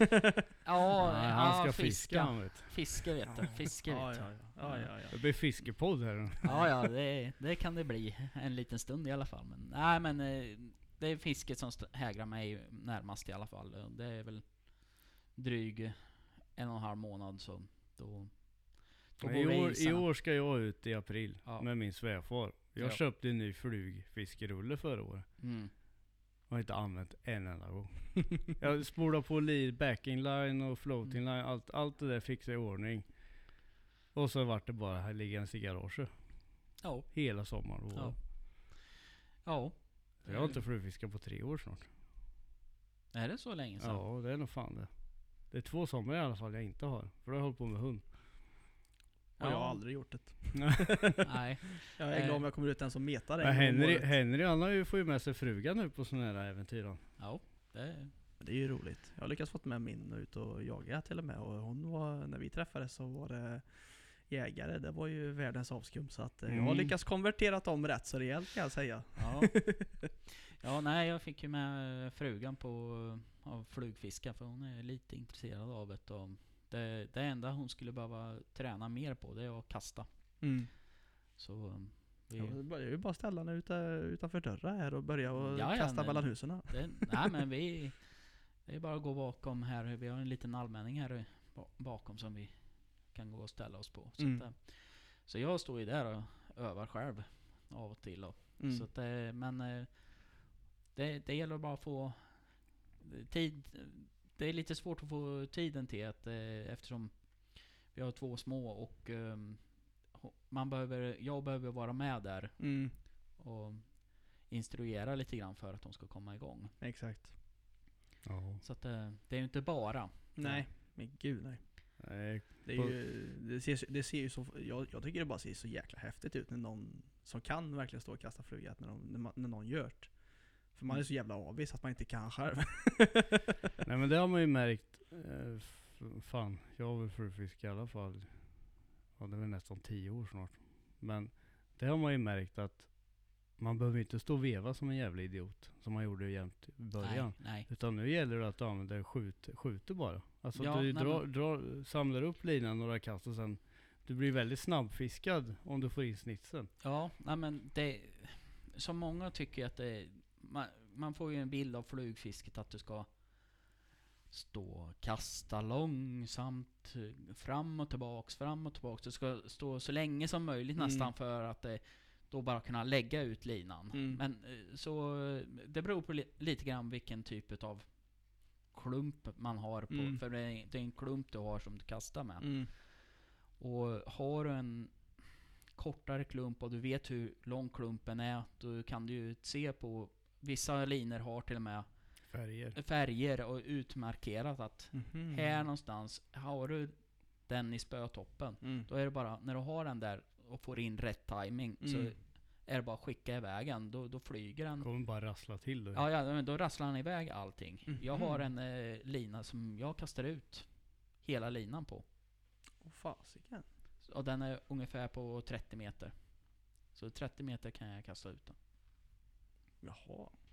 Ja, Nej, han ska fiska han vet. Fiske vet du, fiske Ja, vet ja, du. ja. Ja, ja, ja. Det blir fiskepodd här nu. Ja, ja, det, det kan det bli en liten stund i alla fall. Men nej, men eh, det är fisket som st- hägrar mig närmast i alla fall. Och det är väl dryg en och en halv månad så då... då Men I går det år, I isarna. år ska jag ut i april Ja. med min svärfar. Jag Ja. köpte en ny flugfiskerulle förra året. Mm. Jag har inte använt en enda gång. Jag spolar på lead, backing line och floating line. Allt, allt det där fixade jag i ordning. Och så vart det bara här liggandes i garaget. Ja. Hela sommaren och Ja. våren. Ja. Jag har inte flugfiskat på tre år snart. Är det så länge sedan? Ja, det är nog fan det. Det är två somrar i alla fall jag inte har. För då har jag hållit på med hund. Och jag har aldrig gjort det. Nej. Jag är glad om jag kommer ut en som metar Men en gång om Henry, året. Henry han har ju får ju med sig frugan nu på sådana här äventyr. då. Ja. Det, Det är ju roligt. Jag har lyckats fått med min ut och jaga till och med. Och hon var, när vi träffades så var det jägare. Det var ju världens avskum. Så att eh, jag har Mm. lyckats konvertera dem rätt så rejält kan jag säga. ja. Ja, nej, jag fick ju med frugan på av flugfiska för hon är lite intresserad av det. Och det, det enda hon skulle behöva träna mer på det är att kasta. Mm. Så um, vi, Ja, det börjar ju bara ställa den ute, utanför dörren här och börja och Ja, ja, kasta men- mellan husen. det, nej men vi det är bara att gå bakom här. Vi har en liten allmänning här ba- bakom som vi kan gå och ställa oss på. Så, Mm. att, eh, så jag står ju där och övar själv av och till. Och, Mm. så att, eh, men eh, det, det gäller bara att få tid. Det är lite svårt att få tiden till att, eh, eftersom vi har två små och ehm, ho- man behöver, jag behöver vara med där Mm. och instruera lite grann för att de ska komma igång. Exakt. Ja. Så att eh, det är ju inte bara. Nej, men gud nej. Nej, Det, är På- ju, det, ser, det ser ju så, jag, jag tycker det bara ser så jäkla häftigt ut när någon som kan verkligen stå och kasta fluga, när, de, när, man, när någon gör det. För man är så jävla avis att man inte kan själv. Nej men det har man ju märkt. Eh, f- fan, jag har väl flugfisk i alla fall. Ja, det är väl nästan tio år snart. Men det har man ju märkt att man behöver inte stå och veva som en jävla idiot. Som man gjorde jämt i början. Nej, nej. Utan nu gäller det att du använder skjut, skjuter bara. Alltså Ja, du nej, drar, men- drar, samlar upp linan några kast och sen du blir väldigt snabbfiskad om du får in snitsen. Ja, nej men det... Som många tycker att det... Man, man får ju en bild av flugfisket att du ska stå och kasta långsamt eh, fram och tillbaks, fram och tillbaks. Du ska stå så länge som möjligt Mm. nästan för att eh, då bara kunna lägga ut linan. Mm. Men eh, så eh, det beror på li- lite grann vilken typ av klump man har på. Mm. För det är, det är en klump du har som du kastar med. Mm. Och har du en kortare klump och du vet hur lång klumpen är, då kan du ju se på vissa linor har till och med Färger. färger och utmarkerat att Mhm. här någonstans har du den i spötoppen. Mm. Då är det bara, när du har den där och får in rätt timing så Mm. är det bara att skicka iväg den. Då, då flyger den. Kommer bara rassla till då. Ja, ja, men då rasslar han iväg allting. Mhm. Jag har en eh, lina som jag kastar ut hela linan på. Åh fasiken. Och den är ungefär på trettio meter. Så trettio meter kan jag kasta ut den. Jaha.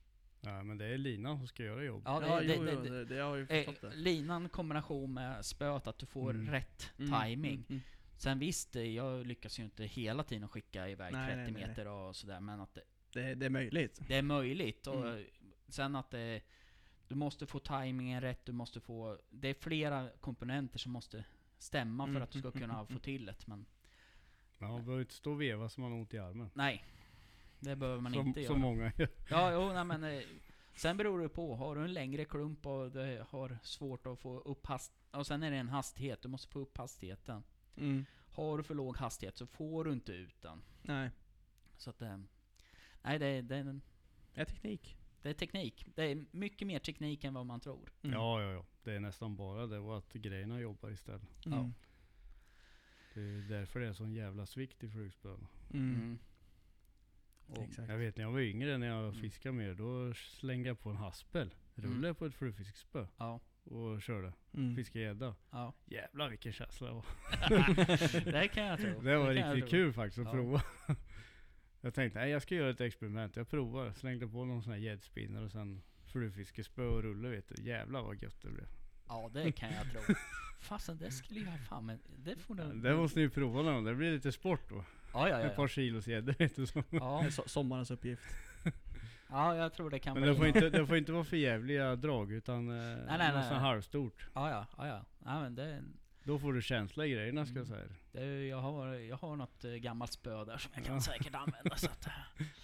Ja, men det är linan som ska göra jobb. Ja, det, Ja, det, jo, det, jo, det, det, det har jag ju eh, förstått det. linan kombination med spöet, att du får Mm. rätt Mm, timing. mm, mm. Sen visst, eh, jag lyckas ju inte hela tiden skicka iväg Nej, trettio nej, nej, meter och sådär, men att det, Det, det är möjligt. det är möjligt. Och Mm. sen att det, du måste få timingen rätt, du måste få... Det är flera komponenter som måste stämma för Mm, att du ska mm, kunna mm, få till det. Men Man behöver inte stå och veva som man har ont i armen. nej, det behöver man Som, inte göra. som många gör. Ja, jo, nej, men eh, sen beror det på. Har du en längre klump och du har svårt att få upp hast... Och sen är det en hastighet, du måste få upp hastigheten. Mm. Har du för låg hastighet så får du inte ut den. Nej, Så att... eh, Nej, det, är- det, är en- det är teknik. det är teknik. Det är mycket mer teknik än vad man tror. Mm. Ja, ja, ja. Det är nästan bara det och att grejerna jobbar istället. Mm. Ja. Det är därför det är sån jävla svikt i flugspöna. Mm. Mm. Och, Exakt. Jag vet när jag var yngre, när jag Mm. fiskade mer, då slängde jag på en haspel. Rullade Mm. på ett flugfiskespö ja, och körde. Mm. Fiskade gädda. ja. Jävlar vilken känsla det var. Det kan jag tro. Det var kan jag riktigt tro. kul faktiskt att Ja. prova. Jag tänkte, nej jag ska göra ett experiment. Jag provar. Slängde på någon sån här gäddspinner och sen flugfiskespö och rulle vet du. Jävlar vad gött det blev. Ja, det kan jag tro. Fasen, det skulle jag fan men det får du... Det måste ni prova någon gång. Det blir lite sport då. Ja, ja, Ett ja. par kilos gäddor vet du. Så. Det Ja, är so- sommarens uppgift. ja, jag tror det kan Men bli... det får, inte, det får inte vara för jävliga drag utan eh, nej, något nej, sånt nej. halvstort. Ja, ja, ja, ja. Ja, men det, Då får du känsla i grejerna ska jag Mm. säga. det, jag, har, jag har något eh, gammalt spö där som jag kan Ja. säkert använda så att... eh,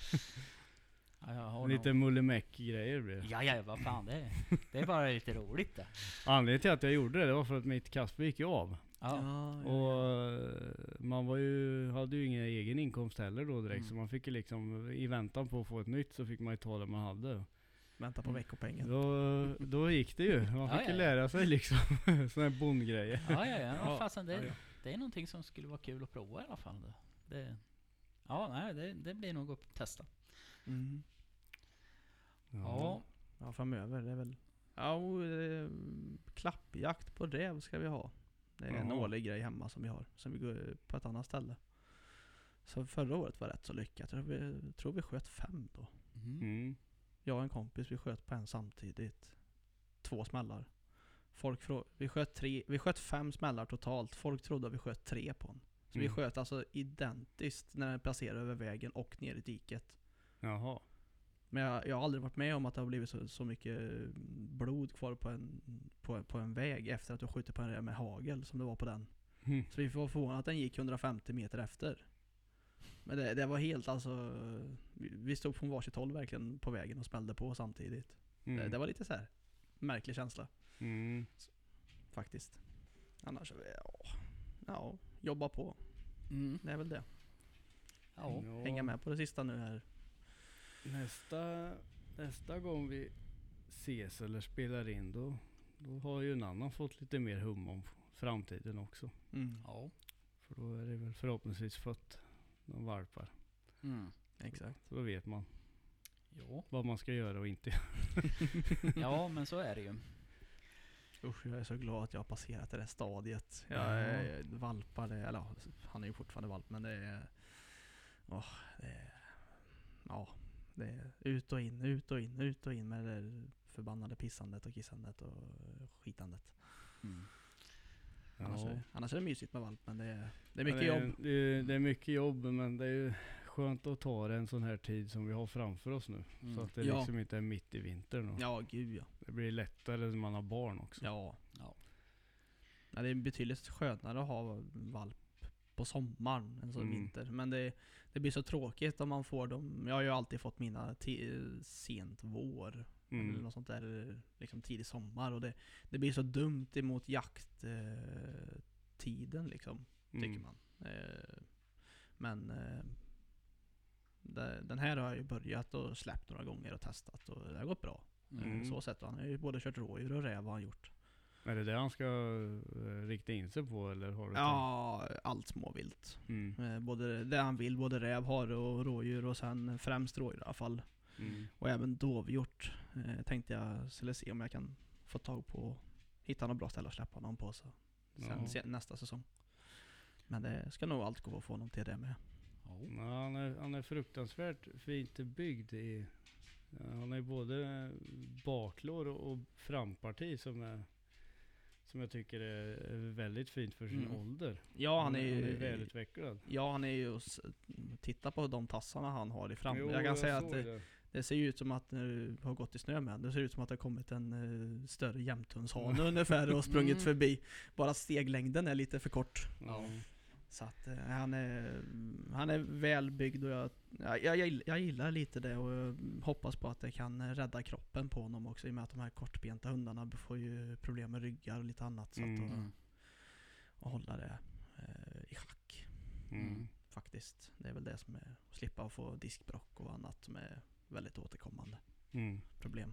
Ja, jag har Lite nog... mullemäck-grejer blir det. Ja, ja, vad fan det är. Det är bara lite roligt det. Anledningen till att jag gjorde det, det var för att mitt kastspö gick ju av. Ja. Och eh, man var ju, hade ju ingen egen inkomst heller då direkt. Mm. Så man fick ju liksom, i väntan på att få ett nytt så fick man ju ta det man hade. Vänta på Mm. veckopengen. Då, då gick det ju. Man Ja, fick ju ja, ja. lära sig liksom såna här bondgrejer. Ja, ja, ja. Ja. Fasen, det, Ja, ja. det är någonting som skulle vara kul att prova i alla fall. Det, det, ja, nej, det, det blir nog att testa. Mm. Ja. Ja, framöver. Det är väl... Ja, och, eh, klappjakt på räv ska vi ha. Det är en Jaha. årlig grej hemma som vi har. Som vi går på ett annat ställe. Så förra året var rätt så lyckat. Jag tror vi, tror vi sköt fem då. Mm. Mm. Jag och en kompis, vi sköt på en samtidigt. Två smällar. Folk frå- vi, sköt tre, vi sköt fem smällar totalt. Folk trodde att vi sköt tre på den. Så vi Mm. sköt alltså identiskt när den placerade över vägen och ner i diket. Jaha. Men jag, jag har aldrig varit med om att det har blivit så, så mycket blod kvar på en, på, på en väg efter att du skjutit på en räv med hagel som det var på den. Mm. Så vi var förvånade att den gick hundrafemtio meter efter. Men det, det var helt alltså... Vi, vi stod från varsitt håll verkligen på vägen och smällde på samtidigt. Det, Mm. det var lite så här märklig känsla Mm. faktiskt. Annars, ja, ja, jobba på. Mm. Det är väl det. Ja. Ja. Hänga med på det sista nu här. Nästa, nästa gång vi ses eller spelar in då, då har ju en annan fått lite mer hum om framtiden också. Mm. Ja. För då är det väl förhoppningsvis fött någon valpar. Mm. Exakt. Så då vet man Jo. vad man ska göra och inte. Ja, men så är det ju. Usch, jag är så glad att jag har passerat det där stadiet. Jag Ja. är valpar, det, eller ja, han är ju fortfarande valp, men det är... Åh, det är... Ja, det är ut och in, ut och in, ut och in med det där förbannade pissandet och kissandet och skitandet. Mm. Annars, Ja. är, annars är det mysigt med valp, men det är, det är mycket det är, jobb. Det är, det är mycket jobb men det är ju skönt att ta det en sån här tid som vi har framför oss nu. Mm. Så att det Ja. liksom inte är mitt i vintern. Och Ja, gud ja. det blir lättare när man har barn också. Ja. Ja. Nej, det är betydligt skönare att ha valp på sommaren än som Mm. vinter. Men det, det blir så tråkigt om man får dem. Jag har ju alltid fått mina ti- sent vår. Eller Mm. något sånt där liksom tidig sommar. Och det, det blir så dumt emot jakttiden eh, tiden, liksom, tycker Mm. man. Eh, men eh, det, den här har jag ju börjat och släppt några gånger och testat. Och det har gått bra. Mm. Eh, Så sett. Han har ju både kört rådjur och räv har han gjort. Är det det han ska eh, rikta in sig på eller har du Ja, allt småvilt. tänkt? Mm. Eh, både det han vill, både räv, hare och rådjur, och sen främst rådjur i alla fall. Mm. Och även dovhjort eh, tänkte jag skulle se om jag kan få tag på, hitta något bra ställe att släppa honom på så. Sen Ja. se, nästa säsong. Men det ska nog allt gå att få honom till det med. Ja. Ja, han, är, han är fruktansvärt fint byggd i Ja, han har ju både baklår och, och framparti som är som jag tycker är, är väldigt fint för sin Mm. ålder. Ja, han är ju... han är välutvecklad. Ja, han är ju... s- Titta på de tassarna han har i fram. Jo, jag kan säga att såg det, det. det ser ju ut som att det har gått i snö med. Det ser ut som att det har kommit en uh, större jämthundshane ungefär och sprungit Mm. förbi. Bara steglängden är lite för kort. Ja. Så att eh, han är han är välbyggd och jag, jag, jag, gill- jag gillar lite det och jag hoppas på att det kan rädda kroppen på honom också i och med att de här kortbenta hundarna får ju problem med ryggar och lite annat så Mm. att, och, Mm. och hålla det eh, i schack Mm. faktiskt. Det är väl det som är att slippa att få diskbrock och annat som är väldigt återkommande Mm. problem.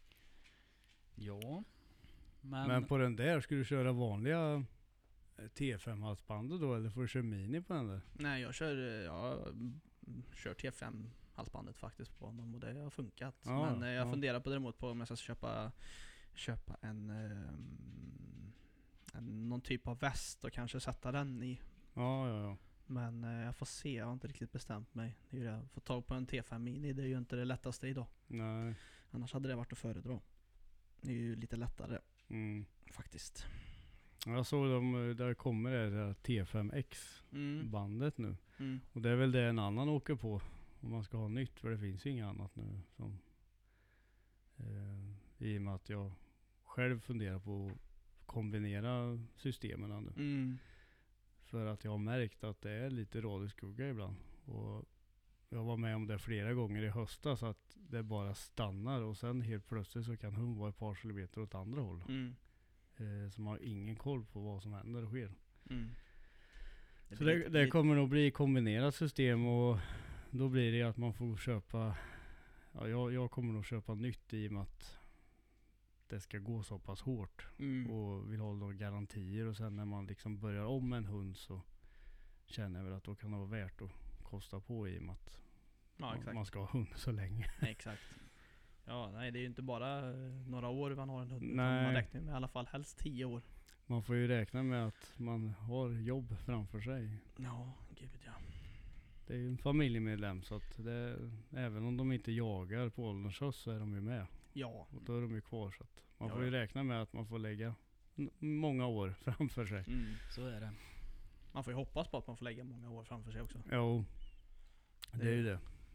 Ja. Men, Men på den där, ska du köra vanliga eh, T fem-halsbandet då eller får du köra mini på den där? Nej, jag kör, eh, jag mm, kör T fem halsbandet faktiskt på honom och det har funkat. Ja, Men eh, jag ja. funderar på däremot på om jag ska köpa, köpa en, ehm, en någon typ av väst och kanske sätta den i. Ja, ja, ja. Men eh, jag får se, jag har inte riktigt bestämt mig. Det är ju det. Att få tag på en T fem mini, det är ju inte det lättaste idag. Nej. Annars hade det varit att föredra. Det är ju lite lättare Mm. faktiskt. Jag såg dem, där kommer det där T fem X Mm. bandet nu. Mm. Och det är väl det en annan åker på om man ska ha nytt, för det finns ju inget annat nu som eh, i och med att jag själv funderar på att kombinera systemen nu. Mm. För att jag har märkt att det är lite radioskugga ibland. Och jag var med om det flera gånger i höstas att det bara stannar och sen helt plötsligt så kan hon vara ett par kilometer åt andra håll. Mm. Eh, så man har ingen koll på vad som händer och sker. Mm. Så blir det, lite- det lite- kommer nog bli kombinerat system och då blir det att man får köpa, ja, jag, jag kommer nog köpa nytt i och med att det ska gå så pass hårt Mm. och vill ha några garantier och sen när man liksom börjar om med en hund så känner jag väl att då kan det vara värt att kosta på i och med att Ja, man, exakt. man ska ha hund så länge. Exakt. Ja, nej det är ju inte bara eh, några år man har en hund. utan Nej. Man räknar ju med i alla fall helst tio år. Man får ju räkna med att man har jobb framför sig. Ja, gud ja. Det är ju en familjemedlem så att det, även om de inte jagar på ålderns höst så är de ju med. Ja, Och då är de ju kvar så att man Ja, får ju ja. räkna med att man får lägga n- många år framför sig. mm. så är det. Man får ju hoppas på att man får lägga många år framför sig också. Jo, det Det- är ju det.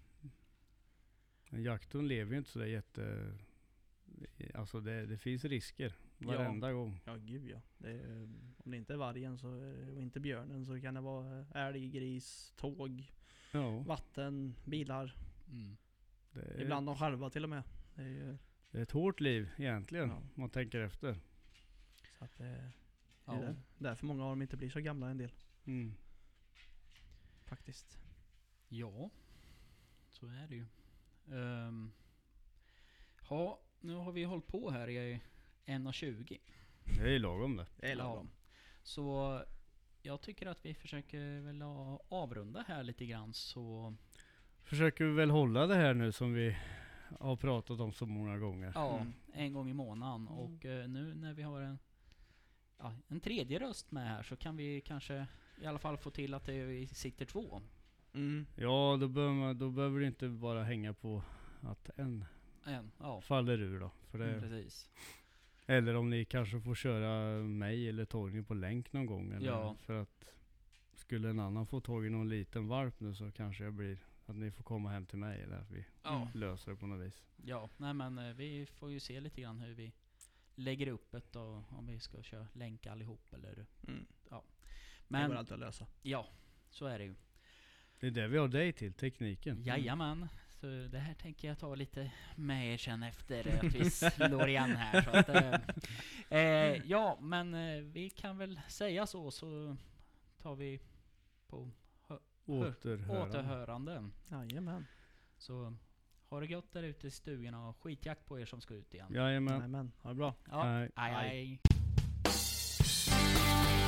En jakthund lever ju inte så där jätte... Alltså det, det finns risker varenda gång. Ja, gud ja. Det är, om det inte är vargen så, är- och inte björnen så kan det vara älg, gris, tåg, Ja, vatten, bilar. Mm. det är, Ibland de själva till och med. Det är ju, det är ett hårt liv egentligen, Ja. om man tänker efter. så att det, det är Ja. där. Därför många av dem inte blir så gamla en del. Mm. Faktiskt. Ja, så är det ju. Um, ja, nu har vi hållit på här i en och tjugo. Det är lagom det. Det är lagom. Så jag tycker att vi försöker väl a- avrunda här lite grann så Försöker vi väl hålla det här nu som vi har pratat om så många gånger. ja, Mm. en gång i månaden. Och eh, nu när vi har en, ja, en tredje röst med här så kan vi kanske i alla fall få till att det sitter två. Mm. Ja, då behöver, man, då behöver det inte bara hänga på att en En, ja, faller ur då. För det, precis. eller om ni kanske får köra mig eller Torgny på länk någon gång. Eller Ja. För att skulle en annan få tag i någon liten valp nu så kanske jag blir att ni får komma hem till mig eller att vi Ja, löser det på något vis. ja, nej men eh, vi får ju se lite grann hur vi lägger upp det och om vi ska köra länk allihop eller Mm. Det går men alltid att lösa. ja, så är det ju. Det är det vi har dig till, tekniken. Jajamän. Så det här tänker jag ta lite med er sen efter att vi slår igen här. Så att, eh, eh, ja, men eh, vi kan väl säga så, så tar vi på Återhörande. återhöranden. Jajamän. Så ha det gott där ute i stugorna och skitjakt på er som ska ut igen. Jajamän. Jajamän. Ha det bra. Ja, Hej. aj, aj.